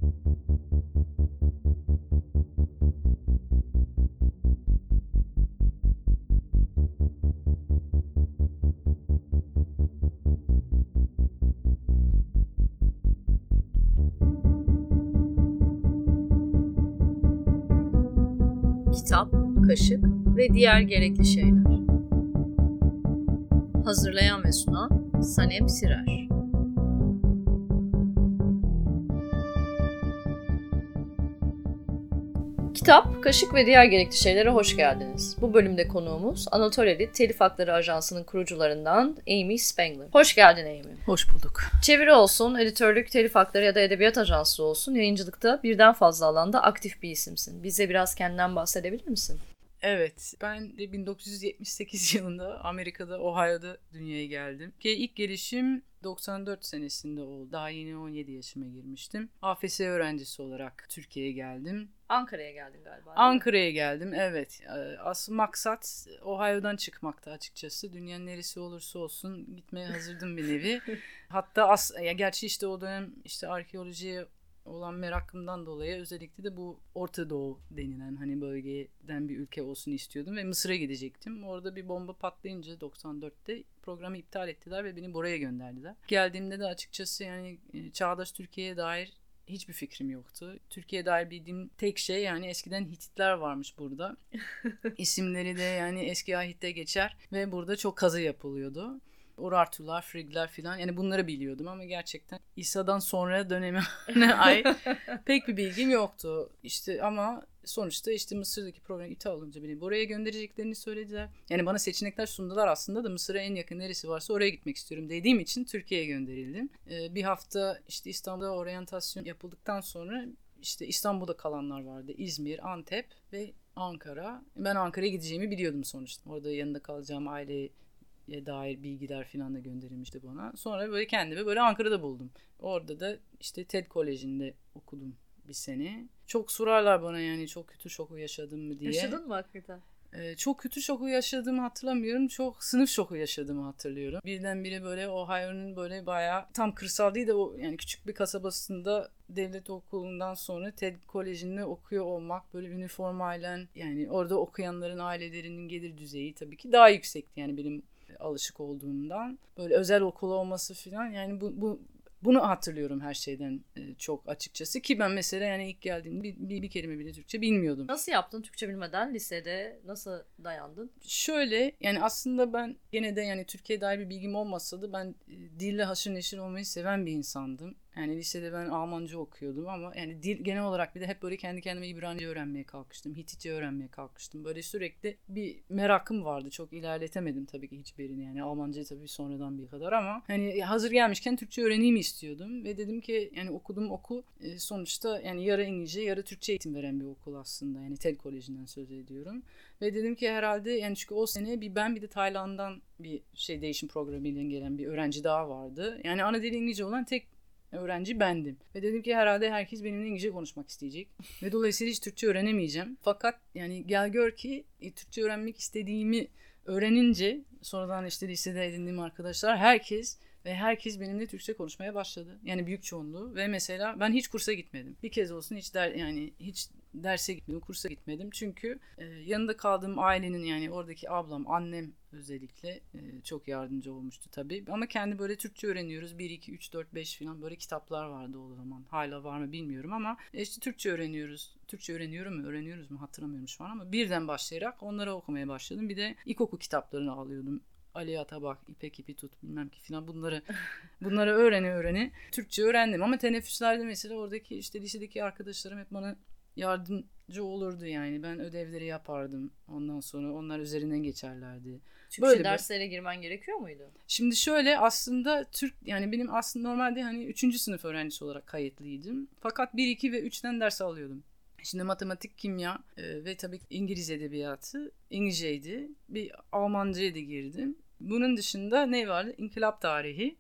Kitap, kaşık ve diğer gerekli şeyler. Hazırlayan ve sunan Sanem Sirer. Kitap, kaşık ve diğer gerekli şeylere hoş geldiniz. Bu bölümde konuğumuz Anatolia'da Telif Hakları Ajansı'nın kurucularından Amy Spengler. Hoş geldin Amy. Hoş bulduk. Çeviri olsun, editörlük, telif hakları ya da edebiyat ajansı olsun, yayıncılıkta birden fazla alanda aktif bir isimsin. Bize biraz kendinden bahsedebilir misin? Evet, ben de 1978 yılında Amerika'da, Ohio'da dünyaya geldim. İlk gelişim 94 senesinde oldu. Daha yeni 17 yaşıma girmiştim. AFS öğrencisi olarak Türkiye'ye geldim. Ankara'ya geldin galiba. Ankara'ya geldim, evet. Asıl maksat Ohio'dan çıkmaktı açıkçası. Dünyanın neresi olursa olsun gitmeye hazırdım bir nevi. Hatta gerçi işte o dönem işte arkeolojiye olan merakımdan dolayı özellikle de bu Orta Doğu denilen hani bölgeden bir ülke olsun istiyordum ve Mısır'a gidecektim. Orada bir bomba patlayınca 94'te programı iptal ettiler ve beni buraya gönderdiler. Geldiğimde de açıkçası yani çağdaş Türkiye'ye dair hiçbir fikrim yoktu. Türkiye'ye dair bildiğim tek şey yani eskiden Hititler varmış burada. İsimleri de yani eski Ahit'te geçer ve burada çok kazı yapılıyordu. Urartular, Frigler filan yani bunları biliyordum ama gerçekten İsa'dan sonra dönemine ait pek bir bilgim yoktu. İşte ama sonuçta işte Mısır'daki program iptal olunca beni buraya göndereceklerini söylediler. Yani bana seçenekler sundular aslında da Mısır'a en yakın neresi varsa oraya gitmek istiyorum dediğim için Türkiye'ye gönderildim. Bir hafta işte İstanbul'da oryantasyon yapıldıktan sonra işte İstanbul'da kalanlar vardı. İzmir, Antep ve Ankara. Ben Ankara'ya gideceğimi biliyordum sonuçta. Orada yanında kalacağım aile dair bilgiler falan da gönderilmişti bana. Sonra böyle kendimi böyle Ankara'da buldum. Orada da işte TED Koleji'nde okudum bir sene. Çok sorarlar bana yani çok kötü şoku yaşadım mı diye. Yaşadın mı hakikaten? Çok kötü şoku yaşadığımı hatırlamıyorum. Çok sınıf şoku yaşadığımı hatırlıyorum. Birdenbire böyle Ohio'nun böyle bayağı tam kırsal değil de o yani küçük bir kasabasında devlet okulundan sonra TED Koleji'nde okuyor olmak böyle üniformayla yani orada okuyanların ailelerinin gelir düzeyi tabii ki daha yüksekti yani benim alışık olduğumdan. Böyle özel okul olması falan yani bunu hatırlıyorum her şeyden çok açıkçası ki ben mesela yani ilk geldiğimde bir kelime bile Türkçe bilmiyordum. Nasıl yaptın Türkçe bilmeden lisede nasıl dayandın? Şöyle yani aslında ben gene de yani Türkiye'ye dair bir bilgim olmasa da ben dille haşır neşir olmayı seven bir insandım. Yani lisede ben Almanca okuyordum ama yani dil genel olarak bir de hep böyle kendi kendime İbranice öğrenmeye kalkıştım. Hititçe öğrenmeye kalkıştım. Böyle sürekli bir merakım vardı. Çok ilerletemedim tabii ki hiçbirini yani Almanca tabii sonradan bir kadar ama hani hazır gelmişken Türkçe öğreneyim istiyordum ve dedim ki yani okuduğum okul sonuçta yani yarı İngilizce yarı Türkçe eğitim veren bir okul aslında. Yani TED Koleji'nden söz ediyorum. Ve dedim ki herhalde yani çünkü o sene bir de Tayland'dan bir değişim programıyla gelen bir öğrenci daha vardı. Yani ana dili İngilizce olan tek öğrenci bendim. Ve dedim ki herhalde herkes benimle İngilizce konuşmak isteyecek. Ve dolayısıyla hiç Türkçe öğrenemeyeceğim. Fakat yani gel gör ki Türkçe öğrenmek istediğimi öğrenince sonradan işte lisede edindiğim arkadaşlar herkes benimle Türkçe konuşmaya başladı. Yani büyük çoğunluğu ve mesela ben hiç kursa gitmedim. Bir kez olsun hiç derse gitmedim, kursa gitmedim. Çünkü yanında kaldığım ailenin yani oradaki ablam, annem özellikle çok yardımcı olmuştu tabii. Ama kendi böyle Türkçe öğreniyoruz. 1, 2, 3, 4, 5 falan böyle kitaplar vardı o zaman. Hala var mı bilmiyorum ama işte Türkçe öğreniyoruz. Türkçe öğreniyoruz mu hatırlamıyorum şu an ama birden başlayarak onları okumaya başladım. Bir de ilkokul kitaplarını alıyordum. Ali Atabak, İpek ipi tut bilmem ki falan bunları öğrene Türkçe öğrendim ama teneffüslerde mesela oradaki işte lisedeki arkadaşlarım hep bana yardımcı olurdu yani ben ödevleri yapardım ondan sonra onlar üzerinden geçerlerdi. Türkçe böyle derslere girmen gerekiyor muydu? Şimdi şöyle aslında yani benim aslında normalde hani 3. sınıf öğrencisi olarak kayıtlıydım fakat 1, 2 ve 3'ten ders alıyordum. Şimdi matematik, kimya ve tabii İngiliz edebiyatı İngilizceydi. Bir Almanca'ya da girdim. Bunun dışında ne vardı? İnkılap tarihi,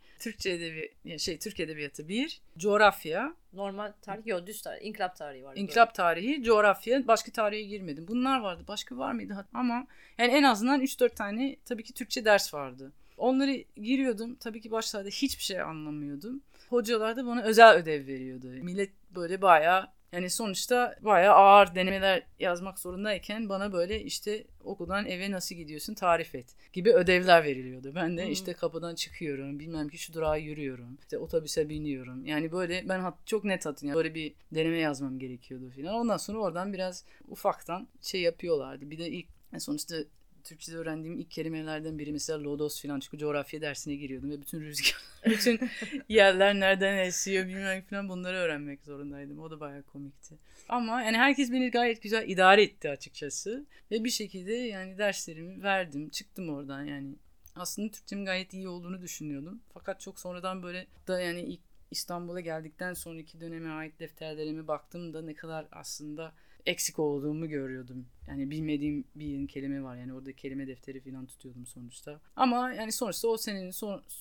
Türk edebiyatı 1, coğrafya. Normal tarih yok, düz tarih. İnkılap tarihi var. İnkılap tarihi, coğrafya, başka tarihe girmedim. Bunlar vardı. Başka var mıydı? Ama yani en azından 3-4 tane tabii ki Türkçe ders vardı. Onları giriyordum. Tabii ki başlarda hiçbir şey anlamıyordum. Hocalar da bana özel ödev veriyordu. Millet böyle bayağı yani sonuçta bayağı ağır denemeler yazmak zorundayken bana böyle işte okuldan eve nasıl gidiyorsun tarif et gibi ödevler veriliyordu. Ben de işte kapıdan çıkıyorum, bilmem ki şu durağa yürüyorum, işte otobüse biniyorum. Yani böyle ben çok net hatırlıyorum. Böyle bir deneme yazmam gerekiyordu falan. Ondan sonra oradan biraz ufaktan şey yapıyorlardı. Bir de ilk sonuçta Türkçe'de öğrendiğim ilk kelimelerden biri mesela lodos falan. Çünkü coğrafya dersine giriyordum ve bütün rüzgar, bütün yerler nereden esiyor bilmem falan bunları öğrenmek zorundaydım. O da bayağı komikti. Ama yani herkes beni gayet güzel idare etti açıkçası. Ve bir şekilde yani derslerimi verdim. Çıktım oradan yani. Aslında Türkçemin gayet iyi olduğunu düşünüyordum. Fakat çok sonradan böyle da yani ilk İstanbul'a geldikten sonraki döneme ait defterlerime baktığımda ne kadar aslında eksik olduğumu görüyordum. Yani bilmediğim bir kelime var. Yani orada kelime defteri falan tutuyordum sonuçta. Ama yani sonuçta o senenin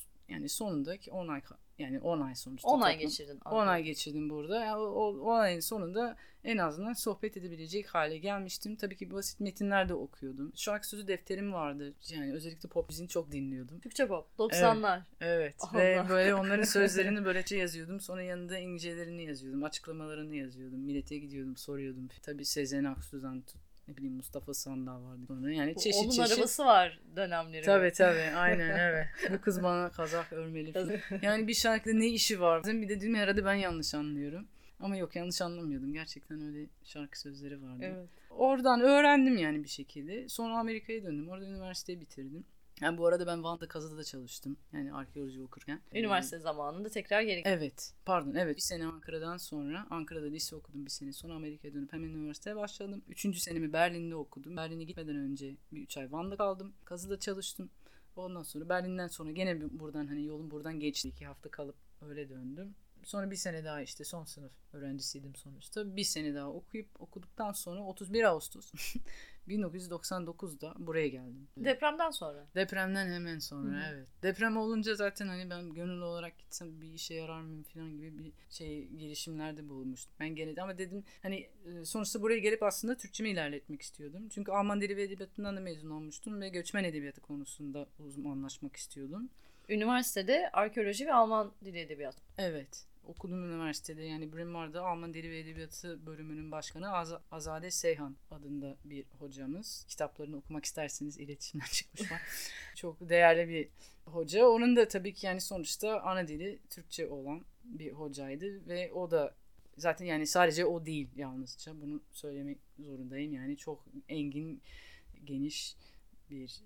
sonundaki 10 ay yani 10 ay sonuçta. 10 ay geçirdin. 10 ay geçirdim burada. Yani o 10 ayın sonunda en azından sohbet edebilecek hale gelmiştim. Tabii ki basit metinler de okuyordum. Şarkı sözü defterim vardı. Yani özellikle pop müziğini çok dinliyordum. Türkçe pop. 90'lar. Evet. Ve böyle onların sözlerini böylece yazıyordum. Sonra yanında İngilizcelerini yazıyordum. Açıklamalarını yazıyordum. Millete gidiyordum, soruyordum. Tabii Sezen Aksu'dan ne bileyim Mustafa Sandal vardı. Sonra yani çeşit onun çeşit. arabası var dönemleri. Tabii aynen evet. Bu kız bana kazak örmeli. Yani bir şarkıda ne işi var? Bir de dedim herhalde ben yanlış anlıyorum. Ama yok yanlış anlamıyordum. Gerçekten öyle şarkı sözleri vardı. Evet. Oradan öğrendim yani bir şekilde. Sonra Amerika'ya döndüm. Orada üniversiteyi bitirdim. Yani bu arada ben Van'da Kazı'da da çalıştım. Yani arkeoloji okurken. Üniversite zamanında tekrar geri Evet. Bir sene Ankara'dan sonra Ankara'da lise okudum bir sene. Sonra Amerika'ya dönüp hemen üniversiteye başladım. 3. senemi Berlin'de okudum. Berlin'e gitmeden önce bir 3 ay Van'da kaldım. Kazı'da çalıştım. Ondan sonra Berlin'den sonra gene buradan hani yolum buradan geçti. 2 hafta kalıp öyle döndüm. Sonra bir sene daha işte son sınıf öğrencisiydim sonuçta. Bir sene daha okuduktan sonra 31 Ağustos 1999'da buraya geldim. Depremden sonra. Depremden hemen sonra evet. Deprem olunca zaten hani ben gönüllü olarak gitsem bir işe yarar mıyım falan gibi bir girişimlerde bulunmuştum. Ben gene ama dedim hani sonuçta buraya gelip aslında Türkçemi ilerletmek istiyordum. Çünkü Alman Dili ve Edebiyatı'ndan da mezun olmuştum ve göçmen edebiyatı konusunda uzmanlaşmak istiyordum. Üniversitede arkeoloji ve Alman Dili Edebiyatı. Evet. Okudum üniversitede yani Bryn Mawr'da Alman Dili ve Edebiyatı bölümünün başkanı Azade Seyhan adında bir hocamız. Kitaplarını okumak isterseniz iletişimden çıkmış var. Çok değerli bir hoca. Onun da tabii ki yani sonuçta ana dili Türkçe olan bir hocaydı ve o da zaten yani sadece o değil yalnızca bunu söylemek zorundayım. Yani çok engin, geniş bir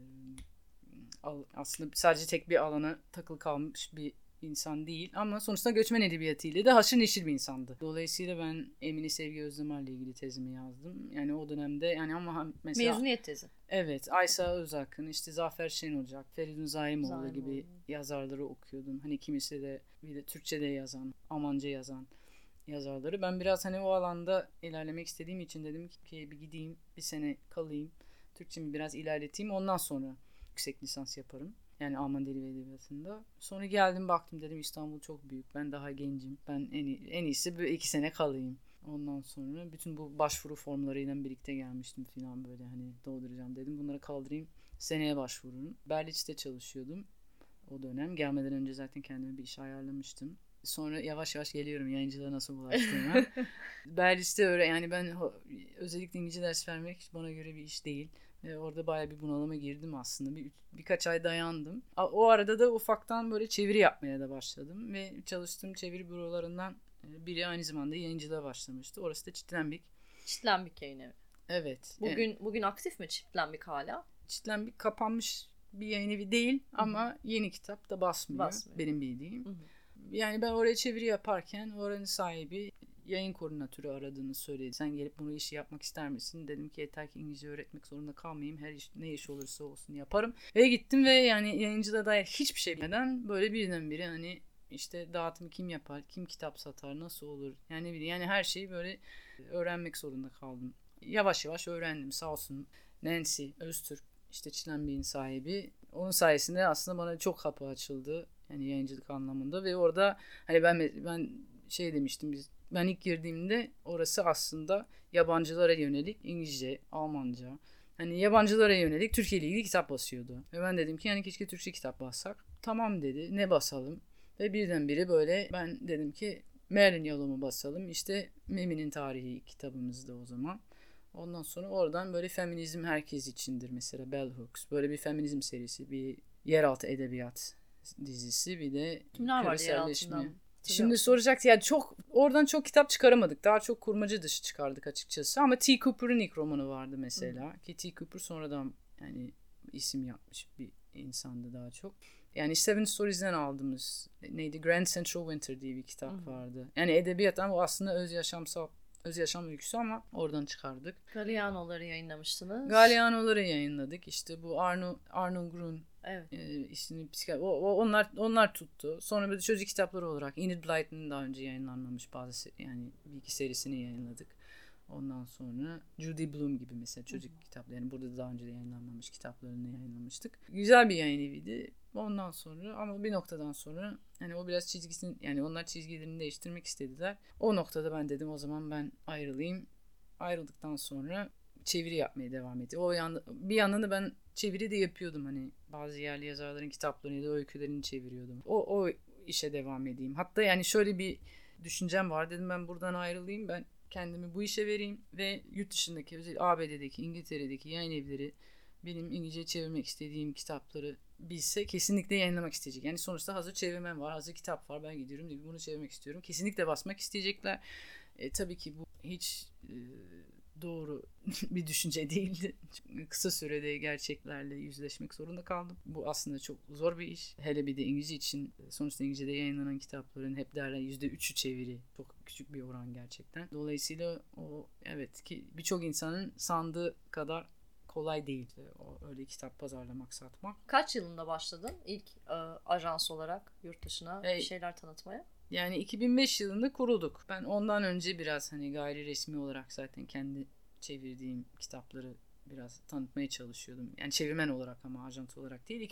aslında sadece tek bir alana takılı kalmış bir insan değil ama sonuçta göçmen edebiyatıyla da haşır neşir bir insandı. Dolayısıyla ben Emine Sevgi Özdemir'le ilgili tezimi yazdım. Yani o dönemde yani ama mesela mezuniyet tezi. Evet, Aysa Özakın, işte Zafer Şenocak, Feridun Zaimoğlu gibi yazarları okuyordum. Hani kimisi de bir de Türkçe'de yazan, Almanca yazan yazarları. Ben biraz hani o alanda ilerlemek istediğim için dedim ki bir gideyim, bir sene kalayım, Türkçemi biraz ilerleteyim. Ondan sonra yüksek lisans yaparım. Yani Alman Dili ve Edebiyatı'nda. Sonra geldim baktım dedim İstanbul çok büyük. Ben daha gencim. Ben en iyisi böyle 2 sene kalayım. Ondan sonra bütün bu başvuru formlarıyla birlikte gelmiştim falan böyle hani dolduracağım dedim. Bunları kaldırayım. Seneye başvururum. Berliç'te çalışıyordum o dönem. Gelmeden önce zaten kendime bir iş ayarlamıştım. Sonra yavaş yavaş geliyorum yayıncılığa nasıl bulaştığıma. Berliç'te yani ben özellikle İngilizce ders vermek bana göre bir iş değil. Orada bayağı bir bunalıma girdim aslında. Birkaç ay dayandım. O arada da ufaktan böyle çeviri yapmaya da başladım. Ve çalıştığım çeviri bürolarından biri aynı zamanda yayıncılığa başlamıştı. Orası da Çitlenbik. Çitlenbik yayın evi. Evet. Bugün aktif mi Çitlenbik hala? Çitlenbik kapanmış bir yayın evi değil ama yeni kitap da basmıyor. Benim bildiğim. Hı-hı. Yani ben oraya çeviri yaparken oranın sahibi yayın koordinatörü aradığını söyledi. Sen gelip bunu işi yapmak ister misin? Dedim ki yeter ki İngilizce öğretmek zorunda kalmayayım. Her iş ne iş olursa olsun yaparım. Ve gittim ve yani yayıncılığa dair hiçbir şey bilmeden böyle birdenbire hani işte dağıtımı kim yapar, kim kitap satar, nasıl olur? Yani her şeyi böyle öğrenmek zorunda kaldım. Yavaş yavaş öğrendim sağ olsun. Nancy Öztürk işte Çitlenbik'in sahibi. Onun sayesinde aslında bana çok kapı açıldı. Yani yayıncılık anlamında ve orada hani ben demiştim ben ilk girdiğimde orası aslında yabancılara yönelik İngilizce, Almanca. Hani yabancılara yönelik Türkiye ile ilgili kitap basıyordu. Ve ben dedim ki yani keşke Türkçe kitap bassak. Tamam dedi. Ne basalım? Ve birdenbire böyle ben dedim ki Marilyn Yellow'u basalım. İşte Mimi'nin Tarihi kitabımızda o zaman. Ondan sonra oradan böyle feminizm herkes içindir mesela Bell Hooks. Böyle bir feminizm serisi, bir yeraltı edebiyat dizisi, bir de kimler vardı yeraltından? Şimdi soracaktı yani oradan çok kitap çıkaramadık. Daha çok kurmaca dışı çıkardık açıkçası. Ama T. Cooper'ın ilk romanı vardı mesela. Ki T. Cooper sonradan yani isim yapmış bir insandı daha çok. Yani Seven Stories'den aldığımız neydi? Grand Central Winter diye bir kitap vardı. Yani edebiyat ama o aslında öz yaşam öyküsü ama oradan çıkardık. Galliano'ları yayınlamıştınız. Galliano'ları yayınladık. İşte bu Arno Grun ismini onlar tuttu. Sonra böyle çocuk kitapları olarak Enid Blyton'un daha önce yayınlanmamış bazı yani bir iki serisini yayınladık. Ondan sonra Judy Blume gibi mesela çocuk kitapları. Yani burada daha önce de yayınlanmamış kitaplarını yayınlamıştık. Güzel bir yayın eviydi. Ondan sonra ama bir noktadan sonra hani o biraz çizgisini yani onlar çizgilerini değiştirmek istediler. O noktada ben dedim o zaman ben ayrılayım. Ayrıldıktan sonra çeviri yapmaya devam etti. Bir yandan da ben çeviri de yapıyordum hani bazı yerli yazarların kitaplarını ya da öykülerini çeviriyordum. O işe devam edeyim. Hatta yani şöyle bir düşüncem var dedim ben buradan ayrılayım ben kendimi bu işe vereyim ve yurt dışındaki özellikle ABD'deki İngiltere'deki yayın evleri benim İngilizce çevirmek istediğim kitapları bilse kesinlikle yayınlamak isteyecek. Yani sonuçta hazır çevirmen var, hazır kitap var. Ben gidiyorum diye bunu çevirmek istiyorum. Kesinlikle basmak isteyecekler. Tabii ki bu hiç doğru bir düşünce değildi. Kısa sürede gerçeklerle yüzleşmek zorunda kaldım. Bu aslında çok zor bir iş. Hele bir de İngilizce için sonuçta İngilizce'de yayınlanan kitapların hep derler %3'ü çeviri. Çok küçük bir oran gerçekten. Dolayısıyla o evet ki birçok insanın sandığı kadar kolay değil. Öyle kitap pazarlamak, satmak. Kaç yılında başladın ilk ajans olarak yurt dışına bir şeyler tanıtmaya? Yani 2005 yılında kurulduk. Ben ondan önce biraz hani gayri resmi olarak zaten kendi çevirdiğim kitapları biraz tanıtmaya çalışıyordum. Yani çevirmen olarak ama ajant olarak değil.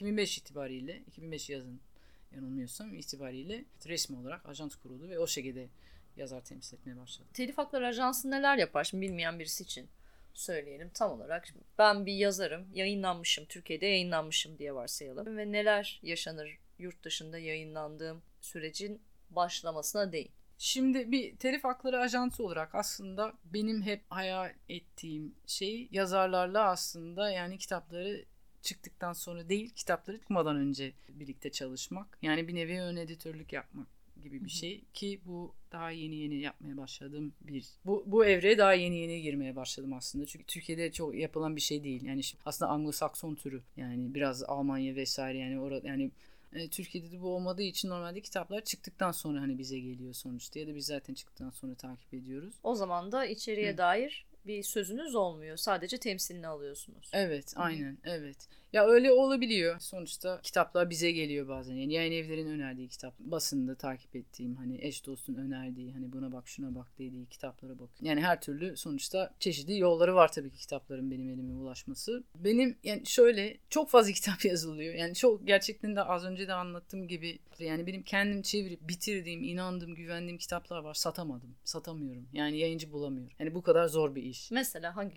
2005 yazın yanılmıyorsam itibariyle resmi olarak ajans kuruldu ve o şekilde yazar temsil etmeye başladım. Telif Hakları Ajansı neler yapar? Şimdi bilmeyen birisi için söyleyelim tam olarak. Ben bir yazarım, yayınlanmışım, Türkiye'de yayınlanmışım diye varsayalım. Ve neler yaşanır yurt dışında yayınlandığım sürecin başlamasına değin. Şimdi bir telif hakları ajansı olarak aslında benim hep hayal ettiğim şey yazarlarla aslında yani kitapları çıktıktan sonra değil kitapları çıkmadan önce birlikte çalışmak. Yani bir nevi ön editörlük yapmak gibi bir şey ki bu daha yeni yapmaya başladığım bu evreye daha yeni girmeye başladım aslında. Çünkü Türkiye'de çok yapılan bir şey değil. Yani aslında Anglo-Sakson türü yani biraz Almanya vesaire yani orada yani Türkiye'de de bu olmadığı için normalde kitaplar çıktıktan sonra hani bize geliyor sonuçta ya da biz zaten çıktıktan sonra takip ediyoruz. O zaman da içeriye dair bir sözünüz olmuyor. Sadece temsilini alıyorsunuz. Evet, aynen. Evet. Ya öyle olabiliyor. Sonuçta kitaplar bize geliyor bazen. Yani yayın evlerinin önerdiği kitap, basında takip ettiğim hani eş dostun önerdiği hani buna bak şuna bak dediği kitaplara bakıyorum. Yani her türlü sonuçta çeşitli yolları var tabii ki kitapların benim elime ulaşması. Benim yani şöyle çok fazla kitap yazılıyor. Yani çok gerçekten de az önce de anlattığım gibi yani benim kendim çevirip bitirdiğim, inandığım, güvendiğim kitaplar var. Satamadım. Satamıyorum. Yani yayıncı bulamıyorum. Yani bu kadar zor bir iş. Mesela hangi?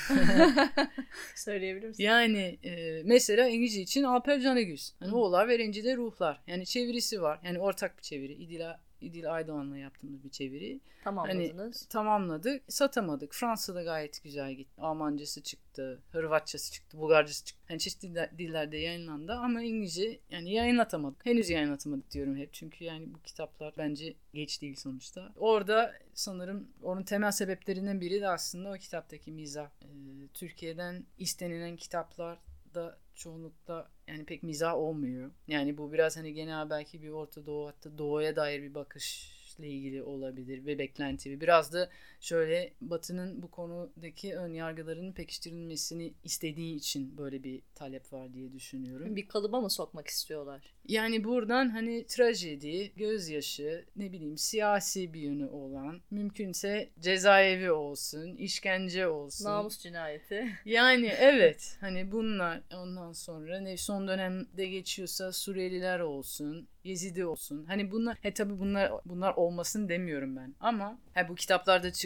Söyleyebilir misin? Yani mesela İngilizce için Alper Canegüz. Hani Oğullar ve Rencide Ruhlar. Yani çevirisi var. Yani ortak bir çeviri. İdil Aydoğan'la yaptığımız bir çeviri. Tamamladınız. Hani, tamamladık. Satamadık. Fransa'da gayet güzel gitti. Almancası çıktı. Hırvatçası çıktı. Bulgarcası çıktı. Yani çeşitli dillerde yayınlandı ama İngilizce yani yayınlatamadık. Henüz yayınlatamadık diyorum hep. Çünkü yani bu kitaplar bence geç değil sonuçta. Orada sanırım onun temel sebeplerinden biri de aslında o kitaptaki mizah. Türkiye'den istenilen kitaplar da çoğunlukla yani pek mizah olmuyor. Yani bu biraz hani genel belki bir Orta Doğu hatta Doğu'ya dair bir bakışla ilgili olabilir ve beklenti. Biraz da şöyle Batı'nın bu konudaki ön yargılarının pekiştirilmesini istediği için böyle bir talep var diye düşünüyorum. Bir kalıba mı sokmak istiyorlar? Yani buradan hani trajedi, gözyaşı, ne bileyim siyasi bir yönü olan, mümkünse cezaevi olsun, işkence olsun. Namus cinayeti. Yani evet hani bunlar ondan sonra ne son dönemde geçiyorsa Suriyeliler olsun, Yezidi olsun. Hani bunlar tabii bunlar olmasın demiyorum ben ama bu kitaplarda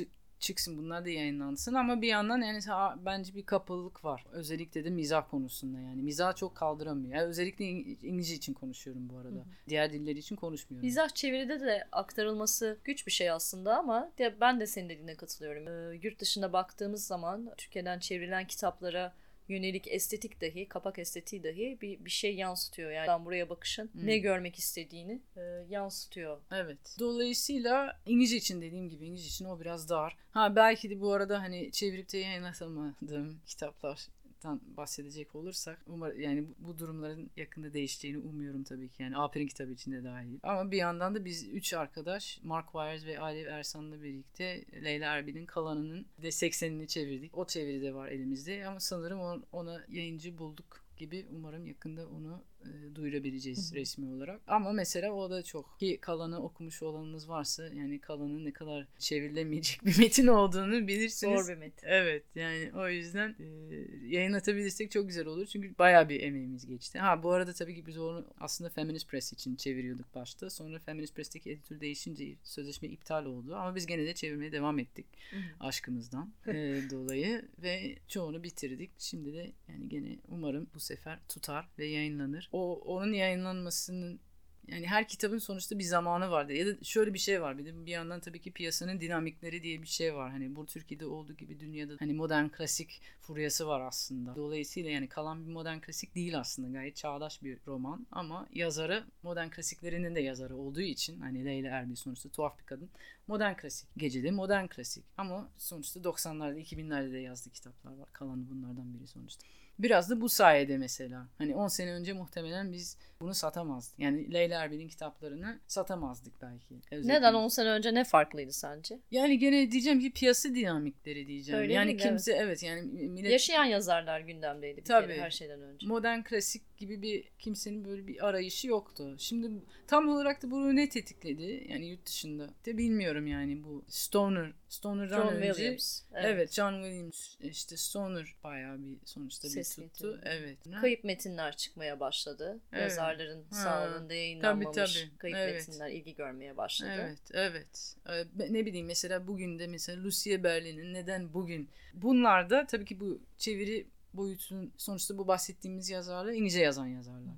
çıksın, bunlar da yayınlansın ama bir yandan yani bence bir kapalılık var. Özellikle de mizah konusunda yani. Mizah çok kaldıramıyor. Yani özellikle İngilizce için konuşuyorum bu arada. Diğer diller için konuşmuyorum. Mizah çeviride de aktarılması güç bir şey aslında ama ben de senin dediğine katılıyorum. Yurt dışına baktığımız zaman Türkiye'den çevrilen kitaplara yönelik estetik dahi, kapak estetiği dahi bir şey yansıtıyor. Yani buraya bakışın ne görmek istediğini yansıtıyor. Evet. Dolayısıyla İngilizce için dediğim gibi İngilizce için o biraz dar. Belki de bu arada hani çevirip de yayınlatamadığım kitaplar bahsedecek olursak yani bu durumların yakında değişeceğini umuyorum tabii ki. Yani Alper'in kitabı içinde dahil. Ama bir yandan da biz 3 arkadaş Mark Wires ve Alev Ersan'la birlikte Leyla Erbil'in Kalanı'nın de 80'ini çevirdik. O çeviri de var elimizde ama sanırım ona yayıncı bulduk gibi. Umarım yakında onu duyurabileceğiz resmi olarak. Ama mesela o da çok ki Kalan'ı okumuş olanınız varsa yani Kalan'ın ne kadar çevrilemeyecek bir metin olduğunu bilirsiniz. Zor bir metin. Evet yani o yüzden yayınlatabilirsek çok güzel olur. Çünkü bayağı bir emeğimiz geçti. Bu arada tabii ki biz onu aslında Feminist Press için çeviriyorduk başta. Sonra Feminist Press'teki editör değişince sözleşme iptal oldu. Ama biz gene de çevirmeye devam ettik. Aşkımızdan dolayı ve çoğunu bitirdik. Şimdi de yani gene umarım bu sefer tutar ve yayınlanır. Onun yayınlanmasının yani her kitabın sonuçta bir zamanı vardır. Ya da şöyle bir şey var. Bir yandan tabii ki piyasanın dinamikleri diye bir şey var. Hani bu Türkiye'de olduğu gibi dünyada hani modern klasik furyası var aslında. Dolayısıyla yani Kalan bir modern klasik değil aslında. Gayet çağdaş bir roman ama yazarı modern klasiklerinin de yazarı olduğu için hani Leyla Erbil sonuçta tuhaf bir kadın. Modern klasik. Gecede modern klasik. Ama sonuçta 90'larda 2000'lerde de yazdığı kitaplar var. Kalan bunlardan biri sonuçta. Biraz da bu sayede mesela. Hani 10 sene önce muhtemelen biz bunu satamazdık. Yani Leyla Erbil'in kitaplarını satamazdık belki. Özellikle. Neden 10 sene önce ne farklıydı sence? Yani gene diyeceğim ki piyasa dinamikleri diyeceğim. Öyle yani değil, kimse evet yani millet... Yaşayan yazarlar gündemdeydi bir Tabii, kere her şeyden önce. Modern klasik gibi bir kimsenin böyle bir arayışı yoktu. Şimdi tam olarak da bunu ne tetikledi? Yani yurt dışında de bilmiyorum yani bu Stoner'dan John önce. Williams. Evet, John Williams işte Stoner bayağı bir sonuçta ses bir tuttu. Evet. Kayıp metinler çıkmaya başladı. Evet. Yazarların sağlığında yayınlanmamış tabii. kayıp metinler ilgi görmeye başladı. Evet. Ne bileyim mesela bugün de mesela Lucia Berlin'in neden bugün? Bunlar da tabii ki bu çeviri boyutun sonuçta bu bahsettiğimiz yazarlar İngilizce yazan yazarlar.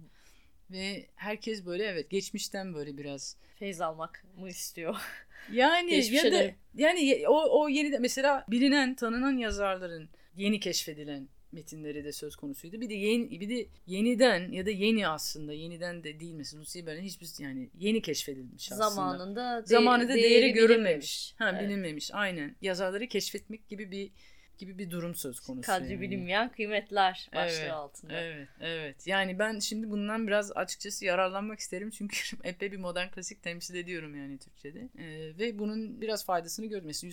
Ve herkes böyle geçmişten böyle biraz feyz almak mı istiyor? Yani ya da yani o yeni de mesela bilinen, tanınan yazarların yeni keşfedilen metinleri de söz konusuydu. Bir de yeniden ya da yeni aslında yeniden de değil mesela Lucia Berlin hiçbir yani yeni keşfedilmiş aslında. Zamanında değeri görülmemiş. Bilinmemiş. Aynen. Yazarları keşfetmek gibi bir durum söz konusu. Kadri yani. Bilinmeyen kıymetler başlığı altında. Evet. Yani ben şimdi bundan biraz açıkçası yararlanmak isterim. Çünkü epey bir modern klasik temsil ediyorum yani Türkçe'de. Ve bunun biraz faydasını gördüm. Mesela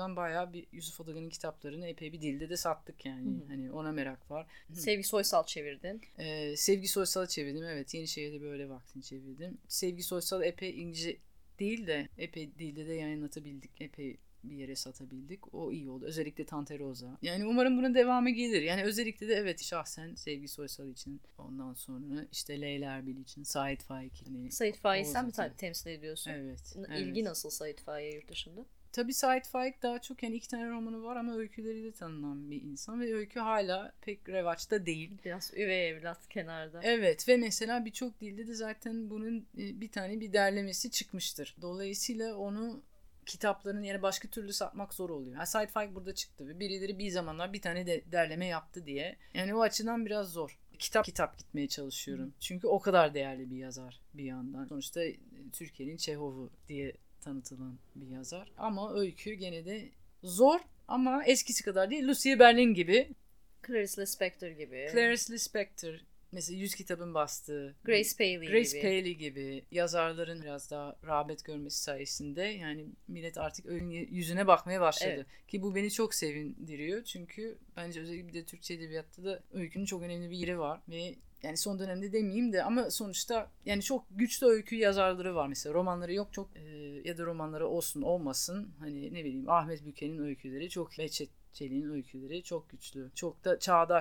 Yusuf Atakan'ın kitaplarını epey bir dilde de sattık yani. Hani ona merak var. Sevgi Soysal çevirdin. Sevgi Soysal'ı çevirdim. Evet. Yenişehir'de böyle vaktini çevirdim. Sevgi Soysal epey İngilizce değil de epey dilde de yayınlatabildik. Epey bir yere satabildik. O iyi oldu. Özellikle Tante Rosa. Yani umarım bunun devamı gelir. Yani özellikle de şahsen Sevgi Soysal için ondan sonra işte Leyla Erbil için Sait Faik. Yani Sait Faik'i sen mi temsil ediyorsun? Evet. İlgi nasıl Sait Faik'e yurt dışında? Tabii Sait Faik daha çok yani 2 tane romanı var ama öyküleriyle tanınan bir insan ve öykü hala pek revaçta değil. Biraz üvey evlat kenarda. Evet ve mesela birçok dilde de zaten bunun bir derlemesi çıkmıştır. Dolayısıyla onu kitapların yani başka türlü satmak zor oluyor. Sait Faik burada çıktı ve birileri bir zamanlar bir tane de derleme yaptı diye. Yani o açıdan biraz zor. Kitap gitmeye çalışıyorum. Çünkü o kadar değerli bir yazar bir yandan. Sonuçta Türkiye'nin Çehov'u diye tanıtılan bir yazar. Ama öykü gene de zor ama eskisi kadar değil. Lucia Berlin gibi. Clarice Lispector gibi. Clarice Lispector. Mesela 100 kitabın bastığı. Grace Paley gibi yazarların biraz daha rağbet görmesi sayesinde yani millet artık öykünün yüzüne bakmaya başladı. Evet. Ki bu beni çok sevindiriyor. Çünkü bence özellikle bir de Türkçe edebiyatta da öykünün çok önemli bir yeri var ve yani son dönemde demeyeyim de ama sonuçta yani çok güçlü öykü yazarları var mesela. Romanları yok çok ya da romanları olsun olmasın hani ne bileyim Ahmet Büke'nin öyküleri çok Behçet Çelik'in öyküleri çok güçlü. Çok da çağdaş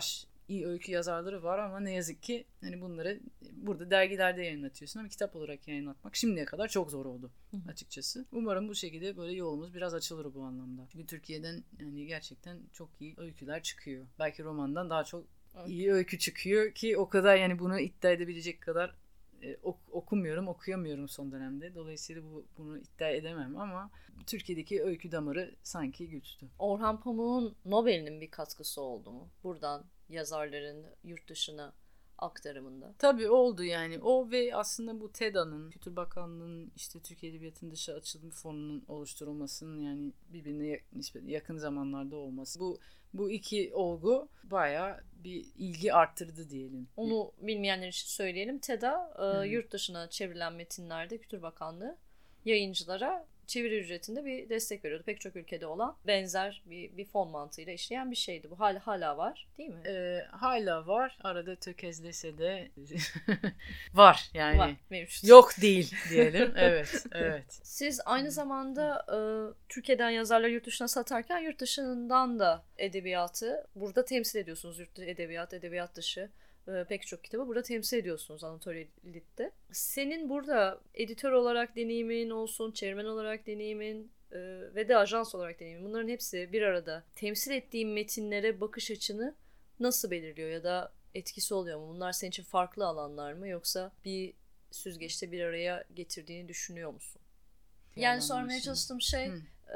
iyi öykü yazarları var ama ne yazık ki hani bunları burada dergilerde yayınlatıyorsun ama kitap olarak yayınlatmak şimdiye kadar çok zor oldu açıkçası. Umarım bu şekilde böyle yolumuz biraz açılır bu anlamda. Çünkü Türkiye'den yani gerçekten çok iyi öyküler çıkıyor. Belki romandan daha çok iyi öykü çıkıyor ki o kadar yani bunu iddia edebilecek kadar okuyamıyorum son dönemde. Dolayısıyla bunu iddia edemem ama Türkiye'deki öykü damarı sanki güçlü. Orhan Pamuk'un Nobel'inin bir katkısı oldu mu? Buradan yazarların yurt dışına aktarımında. Tabii oldu yani. O ve aslında bu TEDA'nın, Kültür Bakanlığı'nın işte Türkiye Edebiyatı'nın dışı açılım fonunun oluşturulmasının yani birbirine nispeten yakın zamanlarda olması. Bu iki olgu bayağı bir ilgi arttırdı diyelim. Onu bilmeyenler için söyleyelim. TEDA yurt dışına çevrilen metinlerde Kültür Bakanlığı yayıncılara çeviri ücretinde bir destek veriyordu. Pek çok ülkede olan benzer bir fon mantığıyla işleyen bir şeydi. Bu hala var değil mi? Hala var. Arada tökezlese de var yani. Var, mevcut. Yok değil diyelim. Evet. Siz aynı zamanda Türkiye'den yazarları yurt dışına satarken yurt dışından da edebiyatı burada temsil ediyorsunuz. Yurt dışı edebiyat dışı pek çok kitabı burada temsil ediyorsunuz Anatolia Lit'te. Senin burada editör olarak deneyimin olsun, çevirmen olarak deneyimin ve de ajans olarak deneyimin, bunların hepsi bir arada temsil ettiğin metinlere bakış açını nasıl belirliyor ya da etkisi oluyor mu? Bunlar senin için farklı alanlar mı yoksa bir süzgeçte bir araya getirdiğini düşünüyor musun? Yani sormaya çalıştığım şey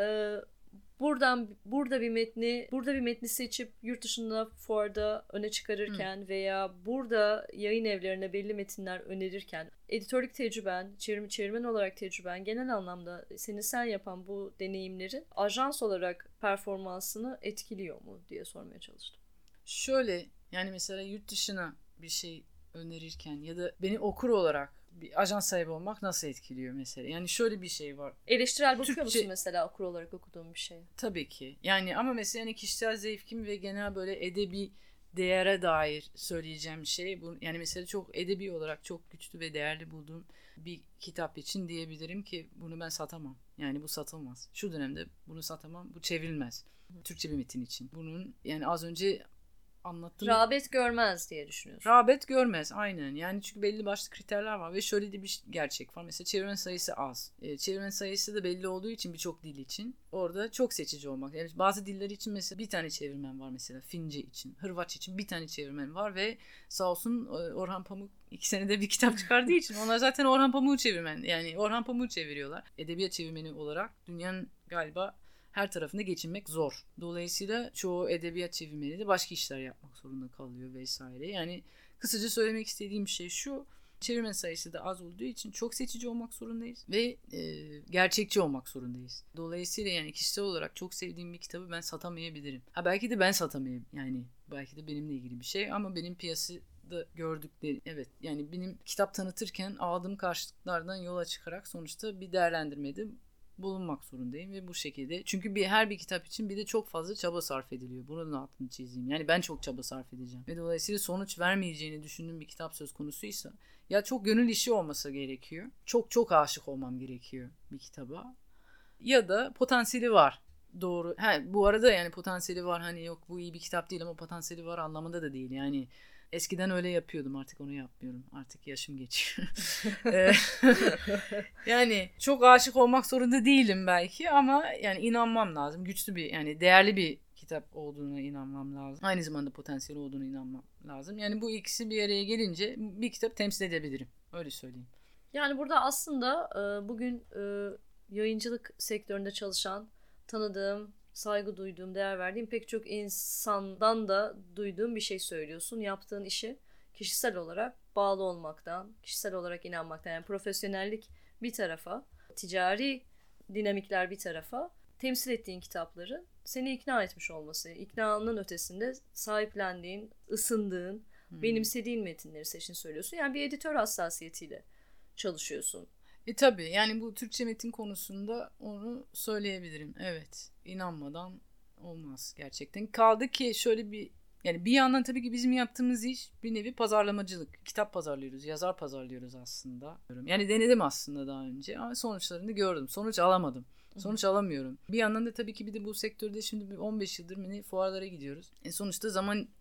burada bir metni seçip yurt dışında fuarda öne çıkarırken veya burada yayın evlerine belli metinler önerirken editörlük tecrüben, çevirmen olarak tecrüben, genel anlamda sen yapan bu deneyimlerin ajans olarak performansını etkiliyor mu diye sormaya çalıştım. Şöyle yani mesela yurt dışına bir şey önerirken ya da beni okur olarak bir ajans sahibi olmak nasıl etkiliyor mesela? Yani şöyle bir şey var. Eleştirel bakıyor musun mesela okur olarak okuduğun bir şeye? Tabii ki. Yani ama mesela yani kişisel zevkim ve genel böyle edebi değere dair söyleyeceğim şey bu. Yani mesela çok edebi olarak çok güçlü ve değerli bulduğum bir kitap için diyebilirim ki bunu ben satamam. Yani bu satılmaz. Şu dönemde bunu satamam. Bu çevrilmez. Türkçe bir metin için. Bunun yani az önce anlattığım... Rağbet görmez diye düşünüyorsun. Rağbet görmez aynen. Yani çünkü belli başlı kriterler var ve şöyle de bir gerçek var. Mesela çevirmen sayısı az. Çevirmen sayısı da belli olduğu için birçok dil için orada çok seçici olmak. Yani bazı diller için mesela bir tane çevirmen var mesela. Fince için, Hırvatça için bir tane çevirmen var ve sağ olsun Orhan Pamuk 2 senede bir kitap çıkardığı için onlar zaten Orhan Pamuk'u çevirmen. Yani Orhan Pamuk'u çeviriyorlar. Edebiyat çevirmeni olarak dünyanın galiba her tarafında geçinmek zor. Dolayısıyla çoğu edebiyat çevirmeni de başka işler yapmak zorunda kalıyor vesaire. Yani kısaca söylemek istediğim şey şu. Çevirmen sayısı da az olduğu için çok seçici olmak zorundayız ve gerçekçi olmak zorundayız. Dolayısıyla yani kişisel olarak çok sevdiğim bir kitabı ben satamayabilirim. Belki de ben satamayayım. Yani belki de benimle ilgili bir şey ama benim piyasada gördükleri evet yani benim kitap tanıtırken aldığım karşılıklardan yola çıkarak sonuçta bir değerlendirmede bulunmak zorundayım ve bu şekilde. Çünkü her bir kitap için bir de çok fazla çaba sarf ediliyor. Bunun altını çizeyim. Yani ben çok çaba sarf edeceğim. Ve dolayısıyla sonuç vermeyeceğini düşündüğüm bir kitap söz konusuysa ya çok gönül işi olması gerekiyor. Çok aşık olmam gerekiyor bir kitaba. Ya da potansiyeli var. Doğru. Bu arada yani potansiyeli var. Hani yok bu iyi bir kitap değil ama potansiyeli var anlamında da değil. Yani eskiden öyle yapıyordum. Artık onu yapmıyorum. Artık yaşım geçiyor. Yani çok aşık olmak zorunda değilim belki ama yani inanmam lazım. Güçlü bir yani değerli bir kitap olduğuna inanmam lazım. Aynı zamanda potansiyeli olduğuna inanmam lazım. Yani bu ikisi bir araya gelince bir kitap temsil edebilirim. Öyle söyleyeyim. Yani burada aslında bugün yayıncılık sektöründe çalışan, tanıdığım, saygı duyduğum, değer verdiğim pek çok insandan da duyduğum bir şey söylüyorsun. Yaptığın işi kişisel olarak bağlı olmaktan, kişisel olarak inanmaktan, yani profesyonellik bir tarafa, ticari dinamikler bir tarafa, temsil ettiğin kitapları seni ikna etmiş olması, iknanın ötesinde sahiplendiğin, ısındığın, benimsediğin metinleri seçin söylüyorsun. Yani bir editör hassasiyetiyle çalışıyorsun. Tabii yani bu Türkçe metin konusunda onu söyleyebilirim. Evet, inanmadan olmaz gerçekten. Kaldı ki şöyle bir yani bir yandan tabii ki bizim yaptığımız iş bir nevi pazarlamacılık. Kitap pazarlıyoruz, yazar pazarlıyoruz aslında. Yani denedim aslında daha önce ama sonuçlarını gördüm. Sonuç alamadım. Sonuç alamıyorum. Bir yandan da tabii ki bir de bu sektörde şimdi 15 yıldır fuarlara gidiyoruz. Sonuçta zaman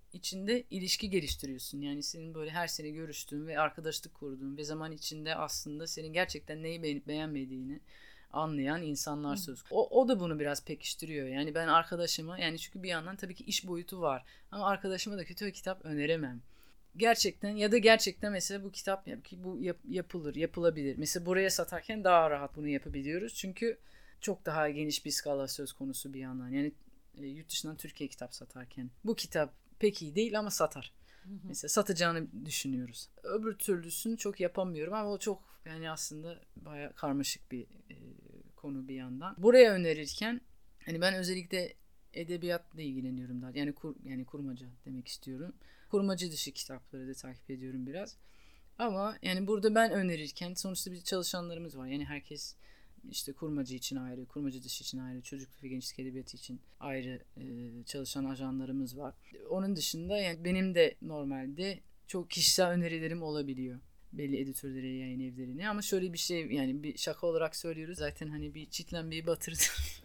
içinde ilişki geliştiriyorsun. Yani senin böyle her sene görüştüğün ve arkadaşlık kurduğun ve zaman içinde aslında senin gerçekten neyi beğenip beğenmediğini anlayan insanlar söz konusu. O da bunu biraz pekiştiriyor. Yani ben arkadaşıma, yani çünkü bir yandan tabii ki iş boyutu var. Ama arkadaşıma da kötü bir kitap öneremem. Gerçekten ya da gerçekten mesela bu kitap ki bu yapılır, yapılabilir. Mesela buraya satarken daha rahat bunu yapabiliyoruz. Çünkü çok daha geniş bir skala söz konusu bir yandan. Yani yurt dışından Türkiye kitap satarken bu kitap pek iyi değil ama satar. Mesela satacağını düşünüyoruz. Öbür türlüsünü çok yapamıyorum ama o çok yani aslında bayağı karmaşık bir konu bir yandan. Buraya önerirken hani ben özellikle edebiyatla ilgileniyorum daha. Yani kurmaca demek istiyorum. Kurmacı dışı kitapları da takip ediyorum biraz. Ama yani burada ben önerirken sonuçta bir çalışanlarımız var. Yani herkes işte kurmacı için ayrı, kurmacı dışı için ayrı, çocukluk ve gençlik edebiyatı için ayrı çalışan ajanlarımız var. Onun dışında yani benim de normalde çok kişisel önerilerim olabiliyor belli editörlere, yayın evlerine. Ama şöyle bir şey, yani bir şaka olarak söylüyoruz. Zaten hani bir çitlenmeyi batırdı.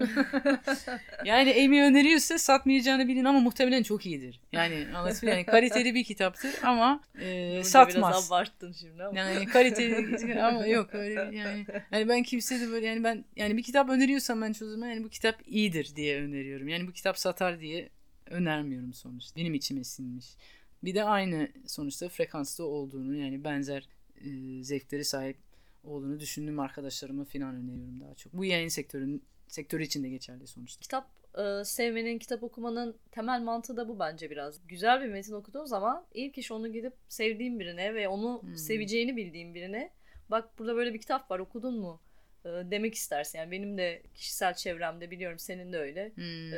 Yani Amy öneriyorsa satmayacağını bilin ama muhtemelen çok iyidir. Yani anlatayım, yani kaliteli bir kitaptır ama satmaz. Biraz abarttın şimdi ama. Yani kaliteli ama yok öyle yani ben kimse de böyle yani ben yani bir kitap öneriyorsam ben çözüme yani bu kitap iyidir diye öneriyorum. Yani bu kitap satar diye önermiyorum sonuçta. Benim içime sinmiş. Bir de aynı sonuçta frekansta olduğunu, yani benzer zevkleri sahip olduğunu düşündüğüm arkadaşlarıma falan öneriyorum daha çok. Bu yayın sektörü için de geçerli sonuçta. Kitap sevmenin, kitap okumanın temel mantığı da bu bence biraz. Güzel bir metin okuduğun zaman ilk iş onu gidip sevdiğin birine ve onu seveceğini bildiğin birine, bak burada böyle bir kitap var, okudun mu demek istersin. Yani benim de kişisel çevremde, biliyorum senin de öyle.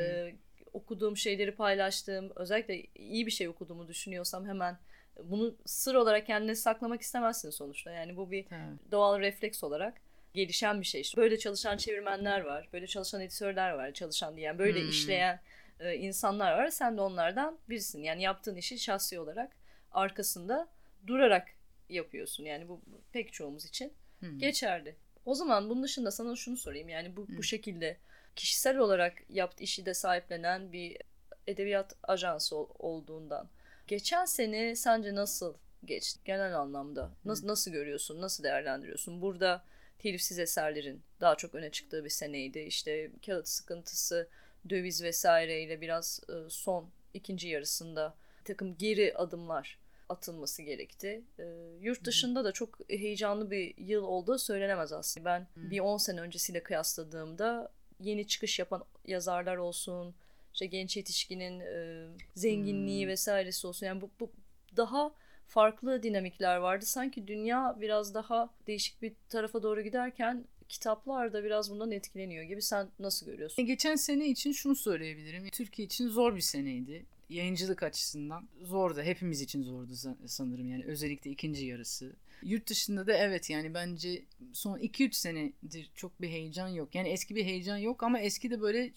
Okuduğum şeyleri paylaştığım, özellikle iyi bir şey okuduğumu düşünüyorsam hemen bunu sır olarak kendine saklamak istemezsin sonuçta. Yani bu bir doğal refleks olarak gelişen bir şey. Böyle çalışan çevirmenler var, böyle çalışan editörler var, çalışan diyen, böyle işleyen insanlar var. Sen de onlardan birisin. Yani yaptığın işi şahsi olarak arkasında durarak yapıyorsun. Yani bu pek çoğumuz için geçerli. O zaman bunun dışında sana şunu sorayım. Yani bu şekilde kişisel olarak yaptığı işi de sahiplenen bir edebiyat ajansı olduğundan geçen sene sence nasıl geçti genel anlamda? Nasıl görüyorsun? Nasıl değerlendiriyorsun? Burada telifsiz eserlerin daha çok öne çıktığı bir seneydi. İşte kağıt sıkıntısı, döviz vesaireyle biraz son ikinci yarısında bir takım geri adımlar atılması gerekti. Yurt dışında da çok heyecanlı bir yıl olduğu söylenemez aslında. Ben bir 10 sene öncesiyle kıyasladığımda yeni çıkış yapan yazarlar olsun, işte genç yetişkinin zenginliği vesairesi olsun. Yani bu daha farklı dinamikler vardı. Sanki dünya biraz daha değişik bir tarafa doğru giderken kitaplar da biraz bundan etkileniyor gibi. Sen nasıl görüyorsun? Geçen sene için şunu söyleyebilirim. Türkiye için zor bir seneydi. Yayıncılık açısından zordu. Hepimiz için zordu sanırım. Yani özellikle ikinci yarısı. Yurt dışında da evet, yani bence son 2-3 senedir çok bir heyecan yok. Yani eski bir heyecan yok ama eski de böyle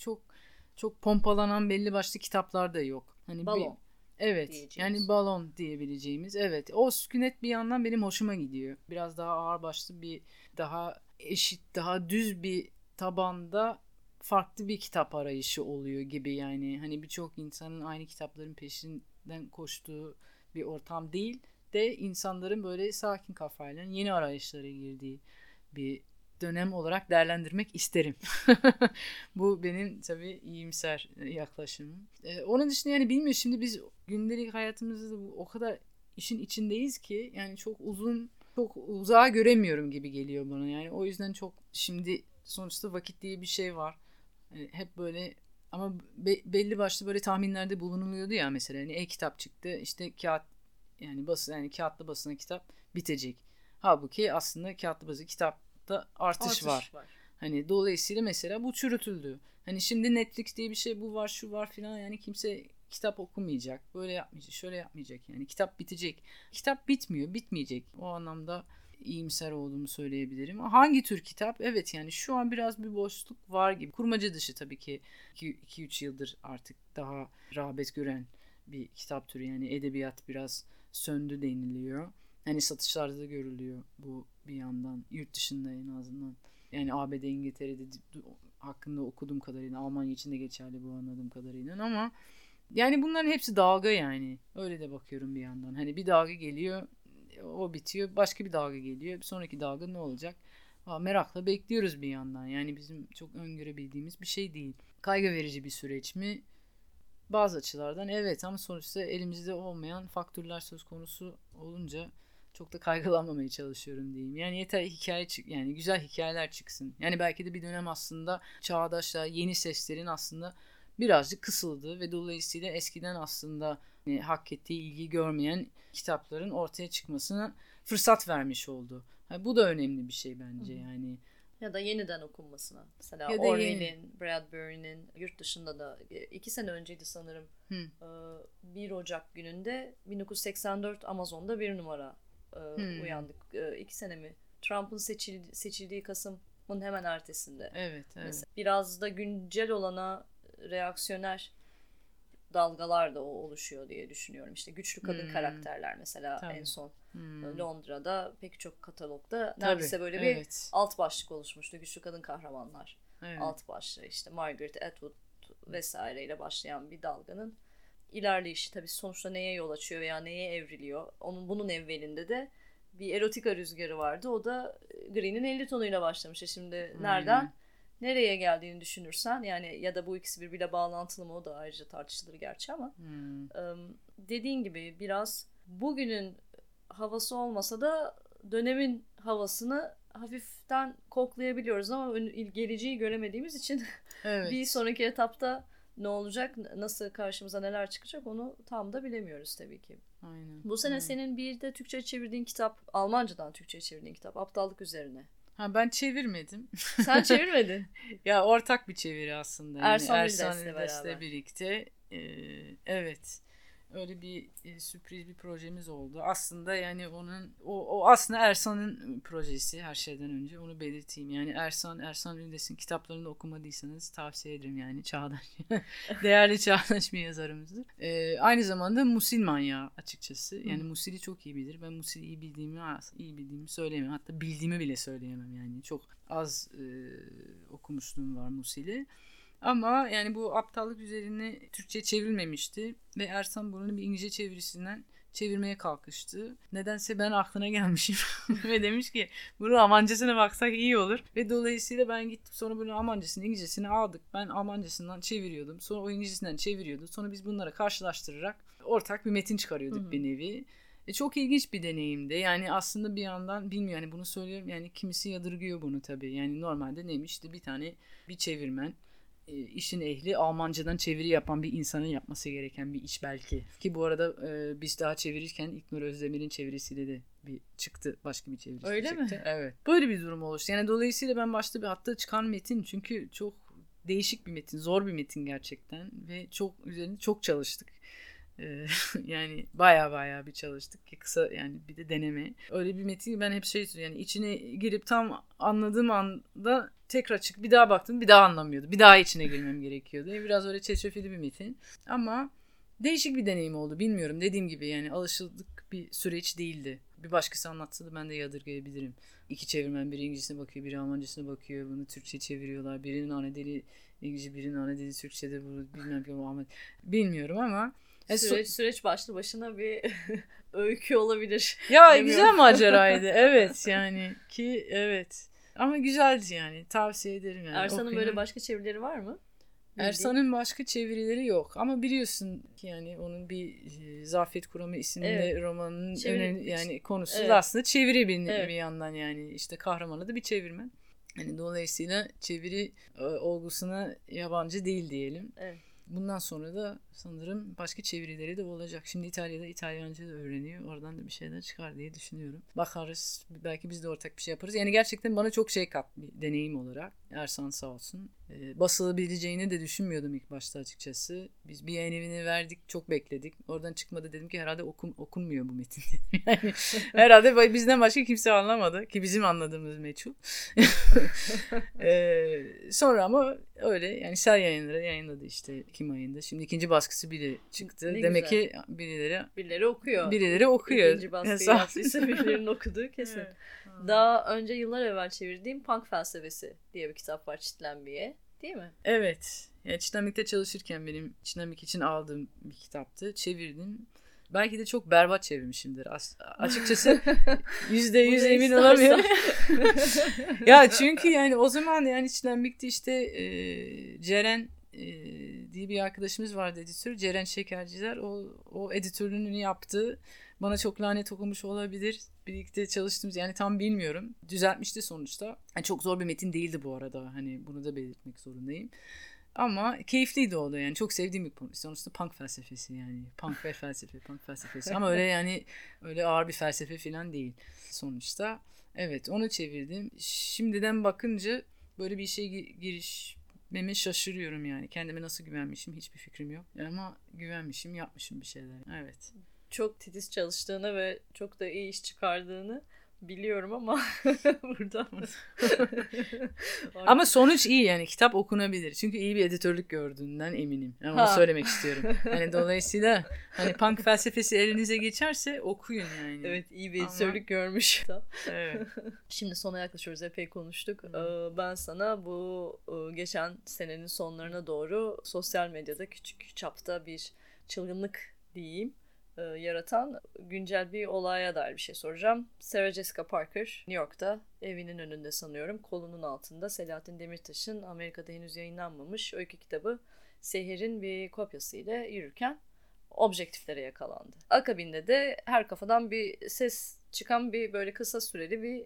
çok pompalanan belli başlı kitaplar da yok. Hani balon. Evet. Yani balon diyebileceğimiz. Evet. O sükunet bir yandan benim hoşuma gidiyor. Biraz daha ağırbaşlı, bir daha eşit, daha düz bir tabanda farklı bir kitap arayışı oluyor gibi yani. Hani birçok insanın aynı kitapların peşinden koştuğu bir ortam değil de insanların böyle sakin kafayla yeni arayışlara girdiği bir dönem olarak değerlendirmek isterim. Bu benim tabii iyimser yaklaşımım. Onun dışında yani bilmiyorum, şimdi biz gündelik hayatımızda o kadar işin içindeyiz ki yani çok uzağa göremiyorum gibi geliyor bana. Yani o yüzden çok şimdi sonuçta vakit diye bir şey var. Yani hep böyle ama belli başlı böyle tahminlerde bulunuluyordu ya, mesela hani e-kitap çıktı, işte kağıt, yani yani kağıtlı basılan kitap bitecek. Halbuki aslında kağıtlı basılı kitapta artış var. Hani dolayısıyla mesela bu çürütüldü. Hani şimdi Netflix diye bir şey, bu var, şu var filan, yani kimse kitap okumayacak. Böyle yapmayacak, şöyle yapmayacak, yani kitap bitecek. Kitap bitmiyor, bitmeyecek. O anlamda iyimser olduğumu söyleyebilirim. Hangi tür kitap? Evet, yani şu an biraz bir boşluk var gibi. Kurmaca dışı tabii ki 2-3 yıldır artık daha rağbet gören bir kitap türü. Yani edebiyat biraz söndü deniliyor. Hani satışlarda da görülüyor bu bir yandan. Yurt dışında en azından. Yani ABD, İngiltere'de hakkında okuduğum kadarıyla, Almanya için de geçerli bu anladığım kadarıyla, ama Yani bunların hepsi dalga yani. Öyle de bakıyorum bir yandan. Hani bir dalga geliyor, o bitiyor. Başka bir dalga geliyor. Bir sonraki dalga ne olacak? Merakla bekliyoruz bir yandan. Yani bizim çok öngörebildiğimiz bir şey değil. Kaygı verici bir süreç mi? Bazı açılardan evet, ama sonuçta elimizde olmayan faktörler söz konusu olunca çok da kaygılanmamaya çalışıyorum diyeyim. Yani yeter hikaye yani güzel hikayeler çıksın. Yani belki de bir dönem aslında çağdaşlar, yeni seslerin aslında birazcık kısıldı ve dolayısıyla eskiden aslında hak ettiği ilgi görmeyen kitapların ortaya çıkmasına fırsat vermiş oldu. Bu da önemli bir şey bence yani. Ya da yeniden okunmasına. Mesela Ya da Orwell'in, Bradbury'nin yurt dışında da 2 sene önceydi sanırım. 1 Ocak gününde 1984 Amazon'da 1 numara uyandık. 2 sene mi? Trump'ın seçildiği Kasım'ın hemen ertesinde. Evet. Mesela biraz da güncel olana reaksiyoner dalgalar da oluşuyor diye düşünüyorum. İşte güçlü kadın karakterler mesela. Tabii. En son Londra'da pek çok katalogda neredeyse böyle bir alt başlık oluşmuştu. Güçlü kadın kahramanlar. Evet. Alt başlığı işte Margaret Atwood vesaireyle başlayan bir dalganın ilerleyişi tabii sonuçta neye yol açıyor veya neye evriliyor. Bunun evvelinde de bir erotika rüzgarı vardı. O da Green'in 50 tonuyla başlamıştı. Şimdi nereden nereye geldiğini düşünürsen yani ya da bu ikisi birbiriyle bağlantılı mı o da ayrıca tartışılır gerçi ama dediğin gibi biraz bugünün havası olmasa da dönemin havasını hafiften koklayabiliyoruz ama geleceği göremediğimiz için bir sonraki etapta ne olacak, nasıl karşımıza neler çıkacak onu tam da bilemiyoruz tabii ki. Aynen. Bu sene senin bir de Türkçe'ye çevirdiğin kitap, Almancadan Türkçe'ye çevirdiğin kitap Aptallık Üzerine. Ben çevirmedim. Sen çevirmedin. Ya ortak bir çeviri aslında. Yani Ersan İldes'le birlikte. Evet. Öyle bir sürpriz bir projemiz oldu. Aslında yani o aslında Ersan'ın projesi her şeyden önce onu belirteyim. Yani Ersan İldes'in kitaplarını okumadıysanız tavsiye ederim yani çağdaş. Değerli çağdaş bir yazarımızdır. Aynı zamanda Musil manyağı açıkçası. Yani Musil'i çok iyi bilir. Ben Musil'i iyi bildiğimi söyleyemem. Hatta bildiğimi bile söyleyemem yani. Çok az okumuşluğum var Musil'i. Ama yani bu aptallık üzerine Türkçe çevrilmemişti ve Ersan bunun bir İngilizce çevirisinden çevirmeye kalkıştı. Nedense ben aklına gelmişim ve demiş ki bunun Almancasına baksak iyi olur. Ve dolayısıyla ben gittim sonra bunun Almancasını, İngilizcesini aldık. Ben Almancasından çeviriyordum. Sonra o İngilizcesinden çeviriyordu. Sonra biz bunları karşılaştırarak ortak bir metin çıkarıyorduk bir nevi. Çok ilginç bir deneyimdi. Yani aslında bir yandan bilmiyorum yani bunu söylüyorum yani kimisi yadırgıyor bunu tabii. Yani normalde neymiş işte bir çevirmen işin ehli Almancadan çeviri yapan bir insanın yapması gereken bir iş belki. Ki bu arada biz daha çevirirken İlknur Özdemir'in çevirisiyle de çıktı. Başka bir çevirisi Öyle çıktı. Mi? Evet. Böyle bir durum oluştu. Yani dolayısıyla ben başta hatta çıkan metin çünkü çok değişik bir metin. Zor bir metin gerçekten. Ve üzerinde çok çalıştık. Yani baya bir çalıştık ki kısa yani bir de deneme. Öyle bir metin ben hep yani içine girip tam anladığım anda tekrar çıkıp bir daha baktım bir daha anlamıyordu. Bir daha içine girmem gerekiyordu. Biraz öyle çetrefilli bir metin. Ama değişik bir deneyim oldu. Bilmiyorum dediğim gibi yani alışıldık bir süreç değildi. Bir başkası anlatsa da ben de yadırgayabilirim. İki çevirmen biri İngilizcesine bakıyor biri Almancasına bakıyor. Bunu Türkçe çeviriyorlar. Birinin ana dili İngilizce birinin ana dili Türkçe'de bu bilmiyorum ama süreç başlı başına bir öykü olabilir. Ya güzel maceraydı. Evet yani ki evet. Ama güzeldi yani. Tavsiye ederim yani. Ersan'ın böyle başka çevirileri var mı? Ersan'ın başka çevirileri yok. Ama biliyorsun ki yani onun bir Zafiyet Kuramı isimli romanının önemli yani konusu aslında çeviri bir yandan yani işte kahramanı da bir çevirmen. Yani dolayısıyla çeviri olgusuna yabancı değil diyelim. Evet. Bundan sonra da sanırım başka çevirileri de olacak. Şimdi İtalya'da İtalyanca da öğreniyor. Oradan da bir şeyler çıkar diye düşünüyorum. Bakarız. Belki biz de ortak bir şey yaparız. Yani gerçekten bana çok şey kattı bir deneyim olarak. Ersan sağ olsun. Basılabileceğini de düşünmüyordum ilk başta açıkçası. Biz bir yayın evine verdik. Çok bekledik. Oradan çıkmadı dedim ki herhalde okunmuyor bu metin. Yani herhalde bizden başka kimse anlamadı. Ki bizim anladığımız meçhul. Sonra ama öyle yani Sel yayınları yayınladı işte Ekim ayında. Şimdi ikinci baskısı biri çıktı. Ne demek güzel. ki birileri okuyor. İkinci baskıyı yaptıysa birilerinin okuduğu kesin. Evet. Daha önce yıllar evvel çevirdiğim Punk Felsefesi diye bir kitap var Çitlenbiye. Değil mi? Evet. Yani Çiğdemlik'te çalışırken benim Çiğdemlik için aldığım bir kitaptı. Çevirdim. Belki de çok berbat çevirmişimdir. Açıkçası %100 emin olamıyorum. Ya çünkü yani o zaman yani Çiğdemlik'te işte Ceren diye bir arkadaşımız vardı, editör. Ceren Şekerciler. O editörlüğünü yaptı. Bana çok lanet okumuş olabilir. Birlikte çalıştığımız, yani tam bilmiyorum. Düzeltmişti sonuçta. Yani çok zor bir metin değildi bu arada. Hani bunu da belirtmek zorundayım. Ama keyifliydi o da yani. Çok sevdiğim bir konu. Sonuçta punk felsefesi yani. Punk ve felsefe, punk felsefesi. Ama öyle yani öyle ağır bir felsefe falan değil sonuçta. Evet, onu çevirdim. Şimdiden bakınca böyle bir işe girişmeme şaşırıyorum yani. Kendime nasıl güvenmişim hiçbir fikrim yok. Ama güvenmişim, yapmışım bir şeyler. Evet. Çok titiz çalıştığını ve çok da iyi iş çıkardığını biliyorum ama buradan ama sonuç iyi yani, kitap okunabilir. Çünkü iyi bir editörlük gördüğünden eminim. Yani onu söylemek istiyorum. Hani dolayısıyla hani punk felsefesi elinize geçerse okuyun yani. Evet, iyi bir editörlük görmüş. Evet. Şimdi sona yaklaşıyoruz. Epey konuştuk. Ben sana bu geçen senenin sonlarına doğru sosyal medyada küçük çapta bir çılgınlık diyeyim yaratan güncel bir olaya dair bir şey soracağım. Sarah Jessica Parker New York'ta evinin önünde sanıyorum kolunun altında Selahattin Demirtaş'ın Amerika'da henüz yayınlanmamış öykü kitabı Seher'in bir kopyasıyla yürürken objektiflere yakalandı. Akabinde de her kafadan bir ses çıkan bir böyle kısa süreli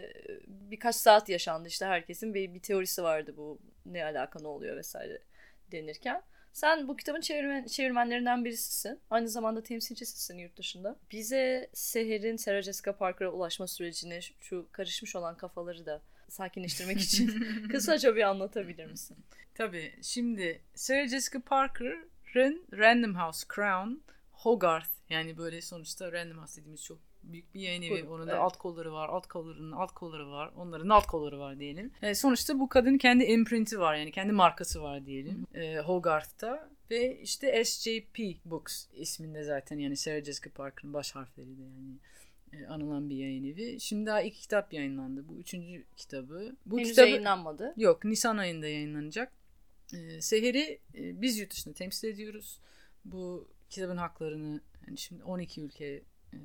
birkaç saat yaşandı. İşte herkesin bir teorisi vardı, bu ne alaka, ne oluyor vesaire denirken. Sen bu kitabın çevirmenlerinden birisisin. Aynı zamanda temsilcisisin yurt dışında. Bize Seher'in Sarah Jessica Parker'a ulaşma sürecini, şu karışmış olan kafaları da sakinleştirmek için kısaca bir anlatabilir misin? Tabii. Şimdi Sarah Jessica Parker'ın Random House Crown Hogarth, yani böyle sonuçta Random House dediğimiz çok büyük bir yayın evi. Onun da alt kolları var. Alt kollarının alt kolları var. Onların alt kolları var diyelim. Sonuçta bu kadının kendi imprinti var. Yani kendi markası var diyelim. Hogarth'ta. Ve işte SJP Books isminde zaten, yani Sarah Jessica Parker'ın baş harfleri de yani anılan bir yayın evi. Şimdi daha 2 kitap yayınlandı. Bu 3. kitabı. Bu henüz kitabı yayınlanmadı. Yok, Nisan ayında yayınlanacak. Seher'i biz yurt dışında temsil ediyoruz. Bu kitabın haklarını yani şimdi 12 ülkeye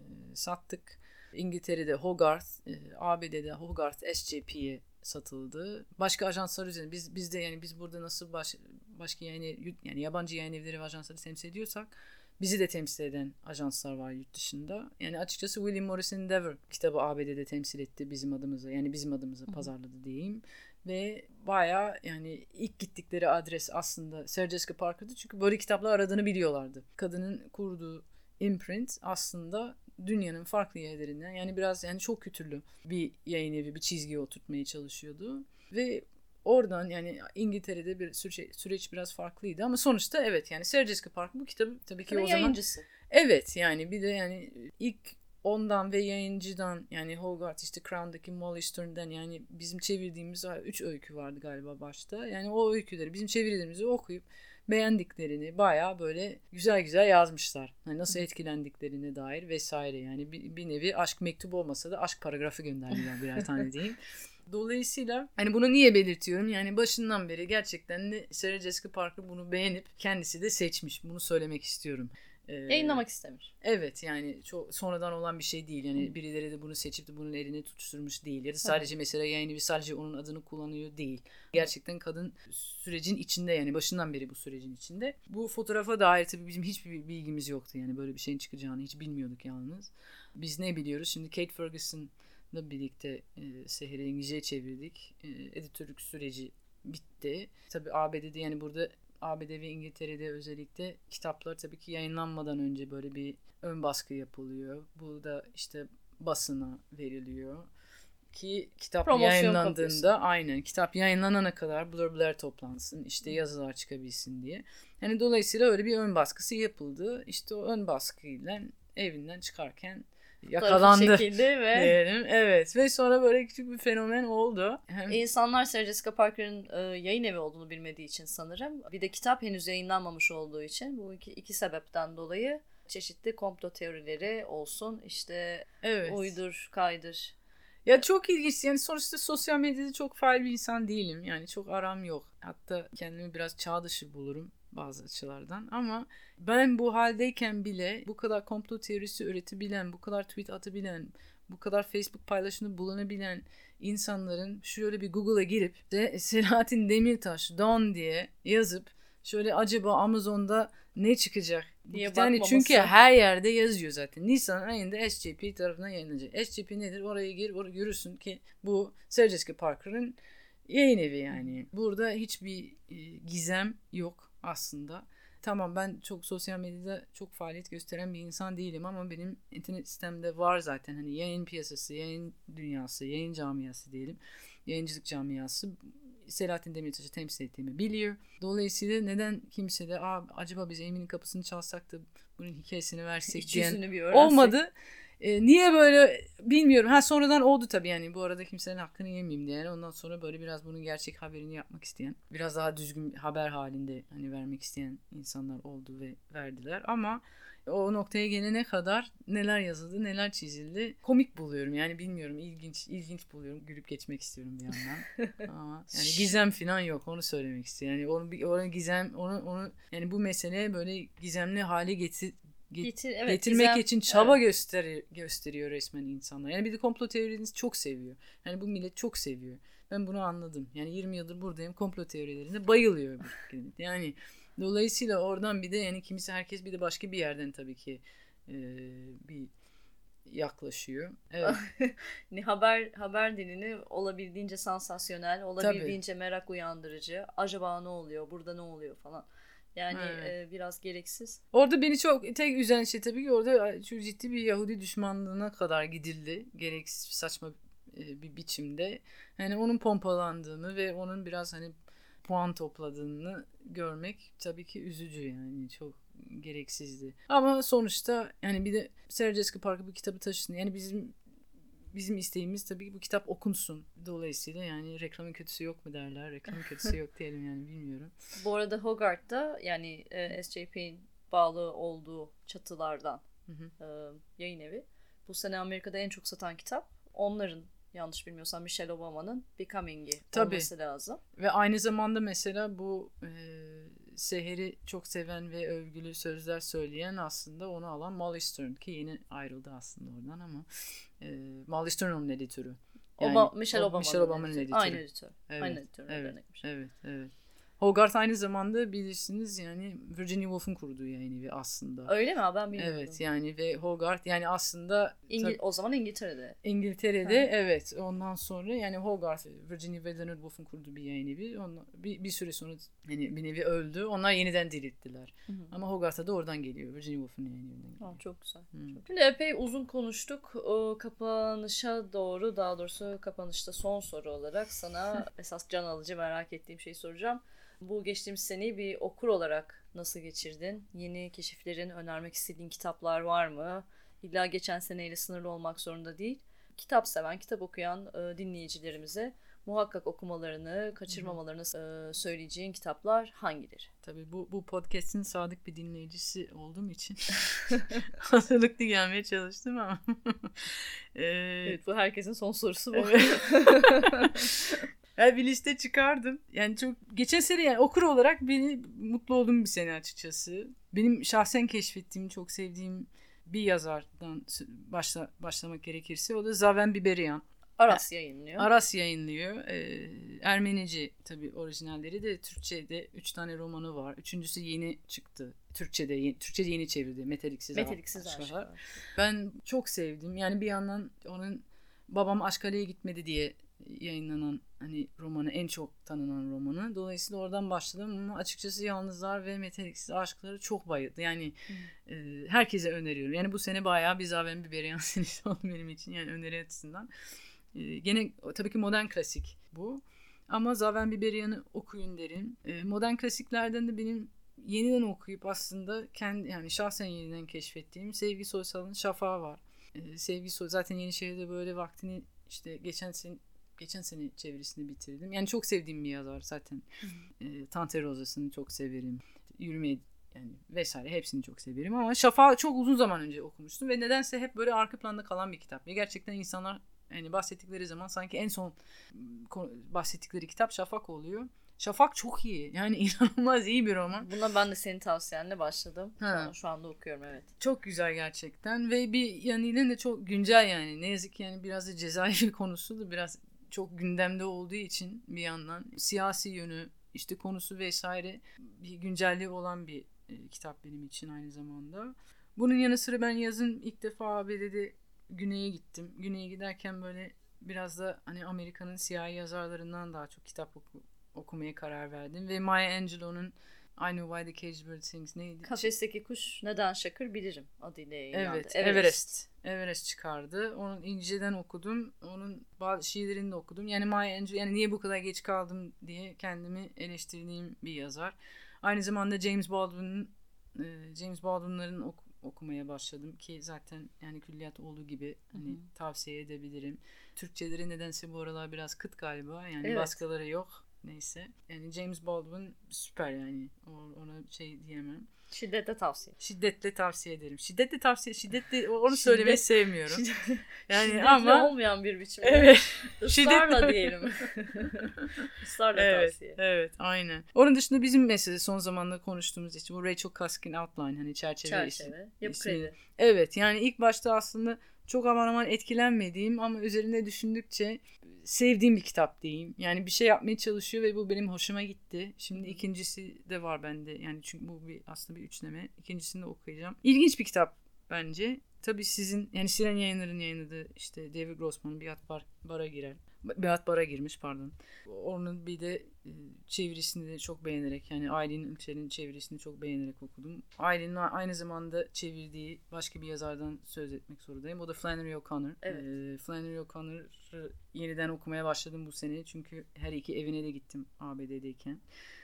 sattık. İngiltere'de Hogarth, ABD'de Hogarth SJP'ye satıldı. Başka ajanslar üzerinde biz de yani biz burada nasıl başka yani yabancı yayın evleri ve ajansları temsil ediyorsak bizi de temsil eden ajanslar var yurt dışında. Yani açıkçası William Morris Endeavor kitabı ABD'de temsil etti bizim adımıza. Yani bizim adımıza pazarladı diyeyim. Ve bayağı yani ilk gittikleri adres aslında Sarah Jessica Parker'dı. Çünkü böyle kitaplar aradığını biliyorlardı. Kadının kurduğu imprint aslında dünyanın farklı yerlerinden, yani biraz yani çok kültürlü bir yayın evi, bir çizgiye oturtmaya çalışıyordu. Ve oradan yani İngiltere'de bir süreç biraz farklıydı ama sonuçta evet, yani Sarah Jessica Parker bu kitabı tabii ki o zaman yayıncısı. Evet, yani bir de yani ilk ondan ve yayıncıdan, yani Hogarth, işte Crown'daki Molly Stern'den, yani bizim çevirdiğimiz 3 öykü vardı galiba başta. Yani o öyküleri bizim çevirdiğimizi okuyup beğendiklerini bayağı böyle güzel güzel yazmışlar. Hani nasıl etkilendiklerine dair vesaire, yani bir nevi aşk mektubu olmasa da aşk paragrafı gönderdiler birer tane diyeyim. Dolayısıyla hani bunu niye belirtiyorum? Yani başından beri gerçekten de Sarah Jessica Parker bunu beğenip kendisi de seçmiş. Bunu söylemek istiyorum. Yayınlamak istemiş. Evet, yani çok sonradan olan bir şey değil. Yani birileri de bunu seçip de bunun eline tutuşturmuş değil. Ya da sadece mesela yayın evi sadece onun adını kullanıyor değil. Gerçekten kadın sürecin içinde, yani başından beri bu sürecin içinde. Bu fotoğrafa dair tabii bizim hiçbir bilgimiz yoktu. Yani böyle bir şeyin çıkacağını hiç bilmiyorduk yalnız. Biz ne biliyoruz? Şimdi Kate Ferguson'la birlikte Seher'i İngilizce'ye çevirdik. Editörlük süreci bitti. Tabii ABD'de, yani burada ABD ve İngiltere'de özellikle kitaplar tabii ki yayınlanmadan önce böyle bir ön baskı yapılıyor. Bu da işte basına veriliyor. Ki kitap promosyon yayınlandığında kopyası. Aynen kitap yayınlanana kadar blurbler toplansın, işte yazılar çıkabilsin diye. Yani dolayısıyla öyle bir ön baskısı yapıldı. İşte o ön baskıyla evinden çıkarken yakalandı ve diyelim. Evet, ve sonra böyle küçük bir fenomen oldu. İnsanlar Sarah Jessica Parker'ın yayın evi olduğunu bilmediği için sanırım, bir de kitap henüz yayınlanmamış olduğu için, bu iki sebepten dolayı çeşitli komplo teorileri olsun, işte uydur kaydır. Ya çok ilginç. Yani sonuçta sosyal medyada çok faal bir insan değilim. Yani çok aram yok. Hatta kendimi biraz çağ dışı bulurum bazı açılardan. Ama ben bu haldeyken bile bu kadar komplo teorisi üretebilen, bu kadar tweet atabilen, bu kadar Facebook paylaşımında bulunabilen insanların şöyle bir Google'a girip de Selahattin Demirtaş Don diye yazıp şöyle acaba Amazon'da ne çıkacak? Yani çünkü her yerde yazıyor zaten. Nisan ayında SJP tarafından yayınlanacak. SJP nedir? Oraya gir, görürsün ki bu Sarah Jessica Parker'ın yayın evi yani. Burada hiçbir gizem yok aslında. Tamam, ben çok sosyal medyada çok faaliyet gösteren bir insan değilim ama benim internet sistemde var zaten. Hani yayın piyasası, yayın dünyası, yayın camiası diyelim. Yayıncılık camiası Selahattin Demirtaş'ı temsil ettiğimi biliyor. Dolayısıyla neden kimse de acaba biz Emin'in kapısını çalsak da bunun hikayesini versek diyen olmadı. Niye böyle bilmiyorum. Sonradan oldu tabii yani. Bu arada kimsenin hakkını yemeyeyim diye. Ondan sonra böyle biraz bunun gerçek haberini yapmak isteyen, biraz daha düzgün haber halinde hani vermek isteyen insanlar oldu ve verdiler. Ama o noktaya gelene kadar neler yazıldı, neler çizildi komik buluyorum. Yani bilmiyorum, ilginç buluyorum. Gülüp geçmek istiyorum bir yandan. Ama yani gizem falan yok, onu söylemek istiyorum. Yani onu gizem onu yani bu meseleye böyle gizemli hale getirmek gizem, için çaba gösteriyor resmen insanlar. Yani bir de komplo teorilerini çok seviyor. Yani bu millet çok seviyor. Ben bunu anladım. Yani 20 yıldır buradayım, komplo teorilerine bayılıyor. Yani dolayısıyla oradan bir de yani herkes bir de başka bir yerden tabii ki bir yaklaşıyor. Evet. haber dilini olabildiğince sansasyonel, olabildiğince merak uyandırıcı. Acaba ne oluyor? Burada ne oluyor falan. Yani biraz gereksiz. Orada beni çok tek üzen şey tabii ki orada çok ciddi bir Yahudi düşmanlığına kadar gidildi. Gereksiz saçma bir biçimde. Yani onun pompalandığını ve onun biraz hani puan topladığını görmek tabii ki üzücü yani. Çok gereksizdi. Ama sonuçta yani bir de Sarah Jessica Parker bu kitabı taşısın. Yani bizim isteğimiz tabii ki bu kitap okunsun. Dolayısıyla yani reklamın kötüsü yok mu derler. Reklamın kötüsü yok diyelim yani, bilmiyorum. Bu arada Hogarth'da yani SJP'nin bağlı olduğu çatılardan yayın evi. Bu sene Amerika'da en çok satan kitap. Onların, yanlış bilmiyorsam Michelle Obama'nın Becoming'i olması lazım. Ve aynı zamanda mesela bu Seher'i çok seven ve övgülü sözler söyleyen aslında onu alan Molly Stern, ki yeni ayrıldı aslında oradan ama Molly Stern onun editörü. Yani Michelle Obama'nın editörü. Aynı editör. Evet, Aynı editör. Evet. Hogarth aynı zamanda bilirsiniz yani Virginia Woolf'un kurduğu yayın evi aslında. Öyle mi? Ben bilmiyorum. Evet yani ve Hogarth yani aslında o zaman İngiltere'de. Evet. Ondan sonra yani Hogarth, Virginia ve Leonard Woolf'un kurduğu bir yayın evi. Bir süre sonra hani bir nevi öldü. Onlar yeniden dirilttiler. Ama Hogarth'a da oradan geliyor. Virginia Woolf'un yayın evinden geliyor. Çok güzel. Şimdi epey uzun konuştuk. Kapanışa doğru, daha doğrusu kapanışta son soru olarak sana esas can alıcı merak ettiğim şeyi soracağım. Bu geçtiğimiz seneyi bir okur olarak nasıl geçirdin? Yeni keşiflerin, önermek istediğin kitaplar var mı? İlla geçen seneyle sınırlı olmak zorunda değil. Kitap seven, kitap okuyan dinleyicilerimize muhakkak okumalarını, kaçırmamalarını söyleyeceğin kitaplar hangileri? Tabii bu podcast'in sadık bir dinleyicisi olduğum için hazırlıklı gelmeye çalıştım ama. Evet, bu herkesin son sorusu bu. Evet. Yani bir liste çıkardım. Yani çok geçen sene yani okur olarak beni mutlu olduğum bir sene açıkçası. Benim şahsen keşfettiğim, çok sevdiğim bir yazardan başlamak gerekirse o da Zaven Biberian. Aras yayınlıyor. Ermenice tabii orijinalleri de, Türkçe'de 3 tane romanı var. Üçüncüsü yeni çıktı. Türkçe'de yeni çevirdi. Meteliksiz Aşklar. Ben çok sevdim. Yani bir yandan onun Babam Aşkale'ye gitmedi diye yayınlanan hani romanı, en çok tanınan romanı. Dolayısıyla oradan başladım ama açıkçası Yalnızlar ve Meteliksiz Aşkları çok bayıldı. Yani herkese öneriyorum. Yani bu sene bayağı bir Zaven Biberian senesi oldu benim için. Yani öneri açısından. Gene tabii ki modern klasik bu. Ama Zaven Biberian'ı okuyun derim. Modern klasiklerden de benim yeniden okuyup aslında yani şahsen yeniden keşfettiğim Sevgi Soysal'ın Şafağı var. Sevgi Soysal zaten Yenişehir'de böyle vaktini işte geçen sene çevirisini bitirdim. Yani çok sevdiğim bir yazar zaten. Tante Rosa'sını çok severim. Yürümeyi yani vesaire hepsini çok severim ama Şafağı çok uzun zaman önce okumuştum ve nedense hep böyle arka planda kalan bir kitap. Ve gerçekten insanlar Yani bahsettikleri zaman sanki en son bahsettikleri kitap Şafak oluyor. Şafak çok iyi. Yani inanılmaz iyi bir roman. Buna ben de senin tavsiyenle başladım. Şu anda okuyorum, evet. Çok güzel gerçekten ve bir yanıyla da çok güncel yani. Ne yazık ki yani biraz da cezaevi konusu da biraz çok gündemde olduğu için bir yandan siyasi yönü, işte konusu vesaire bir güncelliği olan bir kitap benim için aynı zamanda. Bunun yanı sıra ben yazın ilk defa ABD'de güneye gittim. Güneye giderken böyle biraz da hani Amerika'nın siyahi yazarlarından daha çok kitap okumaya karar verdim. Ve Maya Angelou'nun I Know Why the Caged Bird Sings neydi? Kafesteki Kuş Neden Şakır Bilirim adıyla yayınlandı. Evet, Everest çıkardı. Onun İngilizceden okudum. Onun bazı şiirlerini de okudum. Yani Maya Angelou, yani niye bu kadar geç kaldım diye kendimi eleştirdiğim bir yazar. Aynı zamanda James Baldwin'ların okumaya başladım ki zaten yani külliyat olduğu gibi hani tavsiye edebilirim. Türkçeleri nedense bu aralar biraz kıt galiba. Yani baskıları yok. Neyse. Yani James Baldwin süper yani. Ona şey diyemem. Şiddetle tavsiye ederim. Şiddetle onu söylemeyi sevmiyorum. Yani şiddetle ama olmayan bir biçimde. Evet. Israrla diyelim. Israrla tavsiye. Evet, aynen. Onun dışında bizim mesela son zamanlarda konuştuğumuz için bu Rachel Cuskin Outline hani çerçeve Yapı Kredi. Evet, yani ilk başta aslında çok aman etkilenmediğim ama üzerine düşündükçe sevdiğim bir kitap diyeyim. Yani bir şey yapmaya çalışıyor ve bu benim hoşuma gitti. Şimdi ikincisi de var bende. Yani çünkü bu aslında bir üçleme. İkincisini de okuyacağım. İlginç bir kitap bence. Tabii sizin yani Siren Yayınları'nın yayınladığı işte David Grossman'ın Biat Bar'a girmiş pardon. Onun bir de çevirisini de çok beğenerek yani Aylin Ülker'in çevirisini çok beğenerek okudum. Aylin'in aynı zamanda çevirdiği başka bir yazardan söz etmek zorundayım. O da Flannery O'Connor. Evet. Flannery O'Connor'ı yeniden okumaya başladım bu sene. Çünkü her iki evine de gittim ABD'deyken.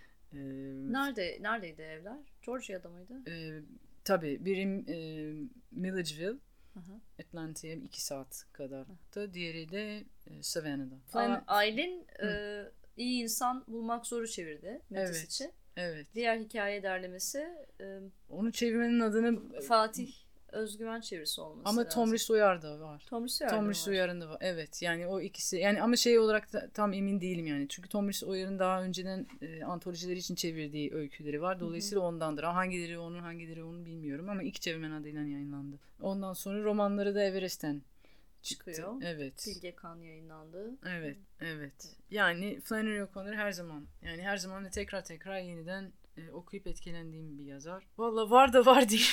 Neredeydi evler? Georgia'da mıydı? Tabii. Birim Milledgeville. Atlantic'e 2 saat kadar da diğeri de Savannah'da. Aylin iyi insan bulmak zoru çevirdi Metis için. Evet. Diğer hikaye derlemesi onu çevirmenin adını Fatih Özgüven çevirisi olması ama lazım. Tom Rhys Oyar da var. Tom Rhys Oyar'ın da var. Evet. Yani o ikisi. Yani ama şey olarak da tam emin değilim yani. Çünkü Tom Rhys Oyar'ın daha önceden antolojileri için çevirdiği öyküleri var. Dolayısıyla ondandır. Hangileri onun bilmiyorum ama ilk çevirmen adıyla yayınlandı. Ondan sonra romanları da Everest'ten çıkıyor. Evet. Bilge Kan yayınlandı. Evet. Yani Flannery O'Connor her zaman da tekrar yeniden okuyup etkilendiğim bir yazar. Valla var değil.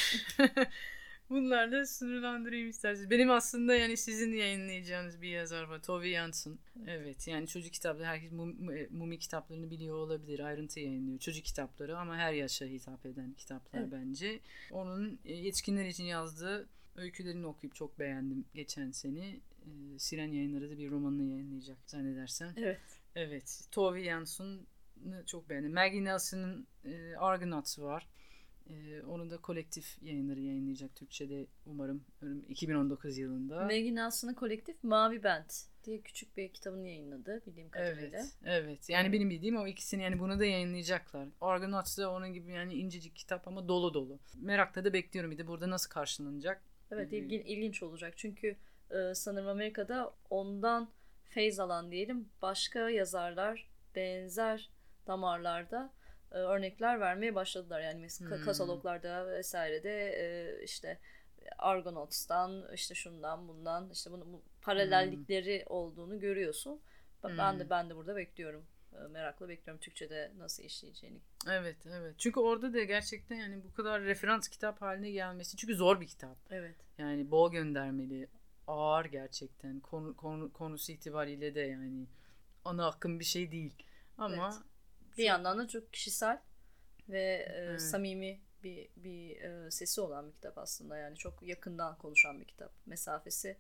Bunlarla sınırlandırayım isterseniz. Benim aslında yani sizin yayınlayacağınız bir yazar var. Tove Jansson. Evet, yani çocuk kitapları, herkes Mumi kitaplarını biliyor olabilir. Ayrıntı yayınlıyor. Çocuk kitapları ama her yaşa hitap eden kitaplar bence. Onun yetişkinler için yazdığı öykülerini okuyup çok beğendim geçen sene. Siren Yayınları da bir romanını yayınlayacak zannedersem. Evet. Tove Jansson'u çok beğendim. Maggie Nelson'ın Argonauts var. Onu da Kolektif Yayınları yayınlayacak Türkçe'de umarım 2019 yılında. Maggie Nelson'ın Kolektif Mavi Bent diye küçük bir kitabını yayınladı bildiğim kadarıyla. Evet. Yani benim bildiğim o ikisini yani bunu da yayınlayacaklar. Argonauts da onun gibi yani incecik kitap ama dolu. Merakla da bekliyorum bir de burada nasıl karşılanacak. Evet, ilginç olacak çünkü sanırım Amerika'da ondan feyz alan diyelim başka yazarlar benzer damarlarda örnekler vermeye başladılar. Yani mesela kataloglarda vesairede işte Argonauts'tan işte şundan bundan işte bu paralellikleri olduğunu görüyorsun. Ben de burada bekliyorum. Merakla bekliyorum Türkçe'de nasıl işleyeceğini. Evet. Çünkü orada da gerçekten yani bu kadar referans kitap haline gelmesi çünkü zor bir kitap. Evet. Yani bol göndermeli, ağır gerçekten. Konusu itibariyle de yani ana akım bir şey değil. Ama bir yandan da çok kişisel ve samimi bir sesi olan bir kitap aslında. Yani çok yakından konuşan bir kitap. Mesafesi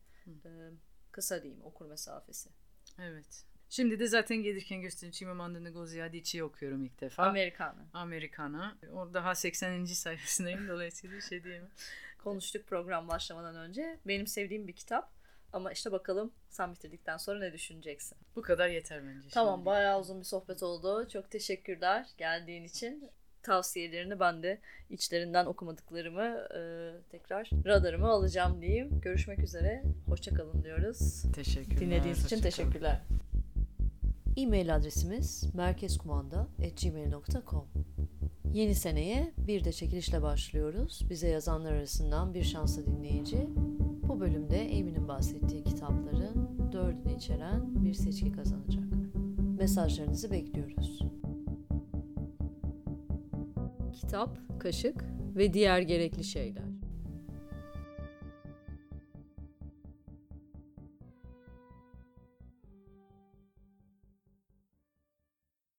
kısa diyeyim, okur mesafesi. Evet. Şimdi de zaten gelirken göstereyim. Chimamanda Ngozi Adichie'yi okuyorum ilk defa. Americana. Orada daha 80. sayfasındayım. Dolayısıyla şey diyemem. Konuştuk program başlamadan önce. Benim sevdiğim bir kitap. Ama işte bakalım sen bitirdikten sonra ne düşüneceksin? Bu kadar yeter bence. Tamam, bayağı uzun bir sohbet oldu. Çok teşekkürler geldiğin için. tavsiyelerini ben de içlerinden okumadıklarımı tekrar radarıma alacağım diyeyim. Görüşmek üzere. Hoşça kalın diyoruz. Teşekkürler. Dinlediğiniz için teşekkürler. E-mail adresimiz merkezkumanda@gmail.com. Yeni seneye bir de çekilişle başlıyoruz. Bize yazanlar arasından bir şanslı dinleyici bu bölümde Amy'nin bahsettiği kitapların 4'ünü içeren bir seçki kazanacak. Mesajlarınızı bekliyoruz. Kitap, kaşık ve diğer gerekli şeyler.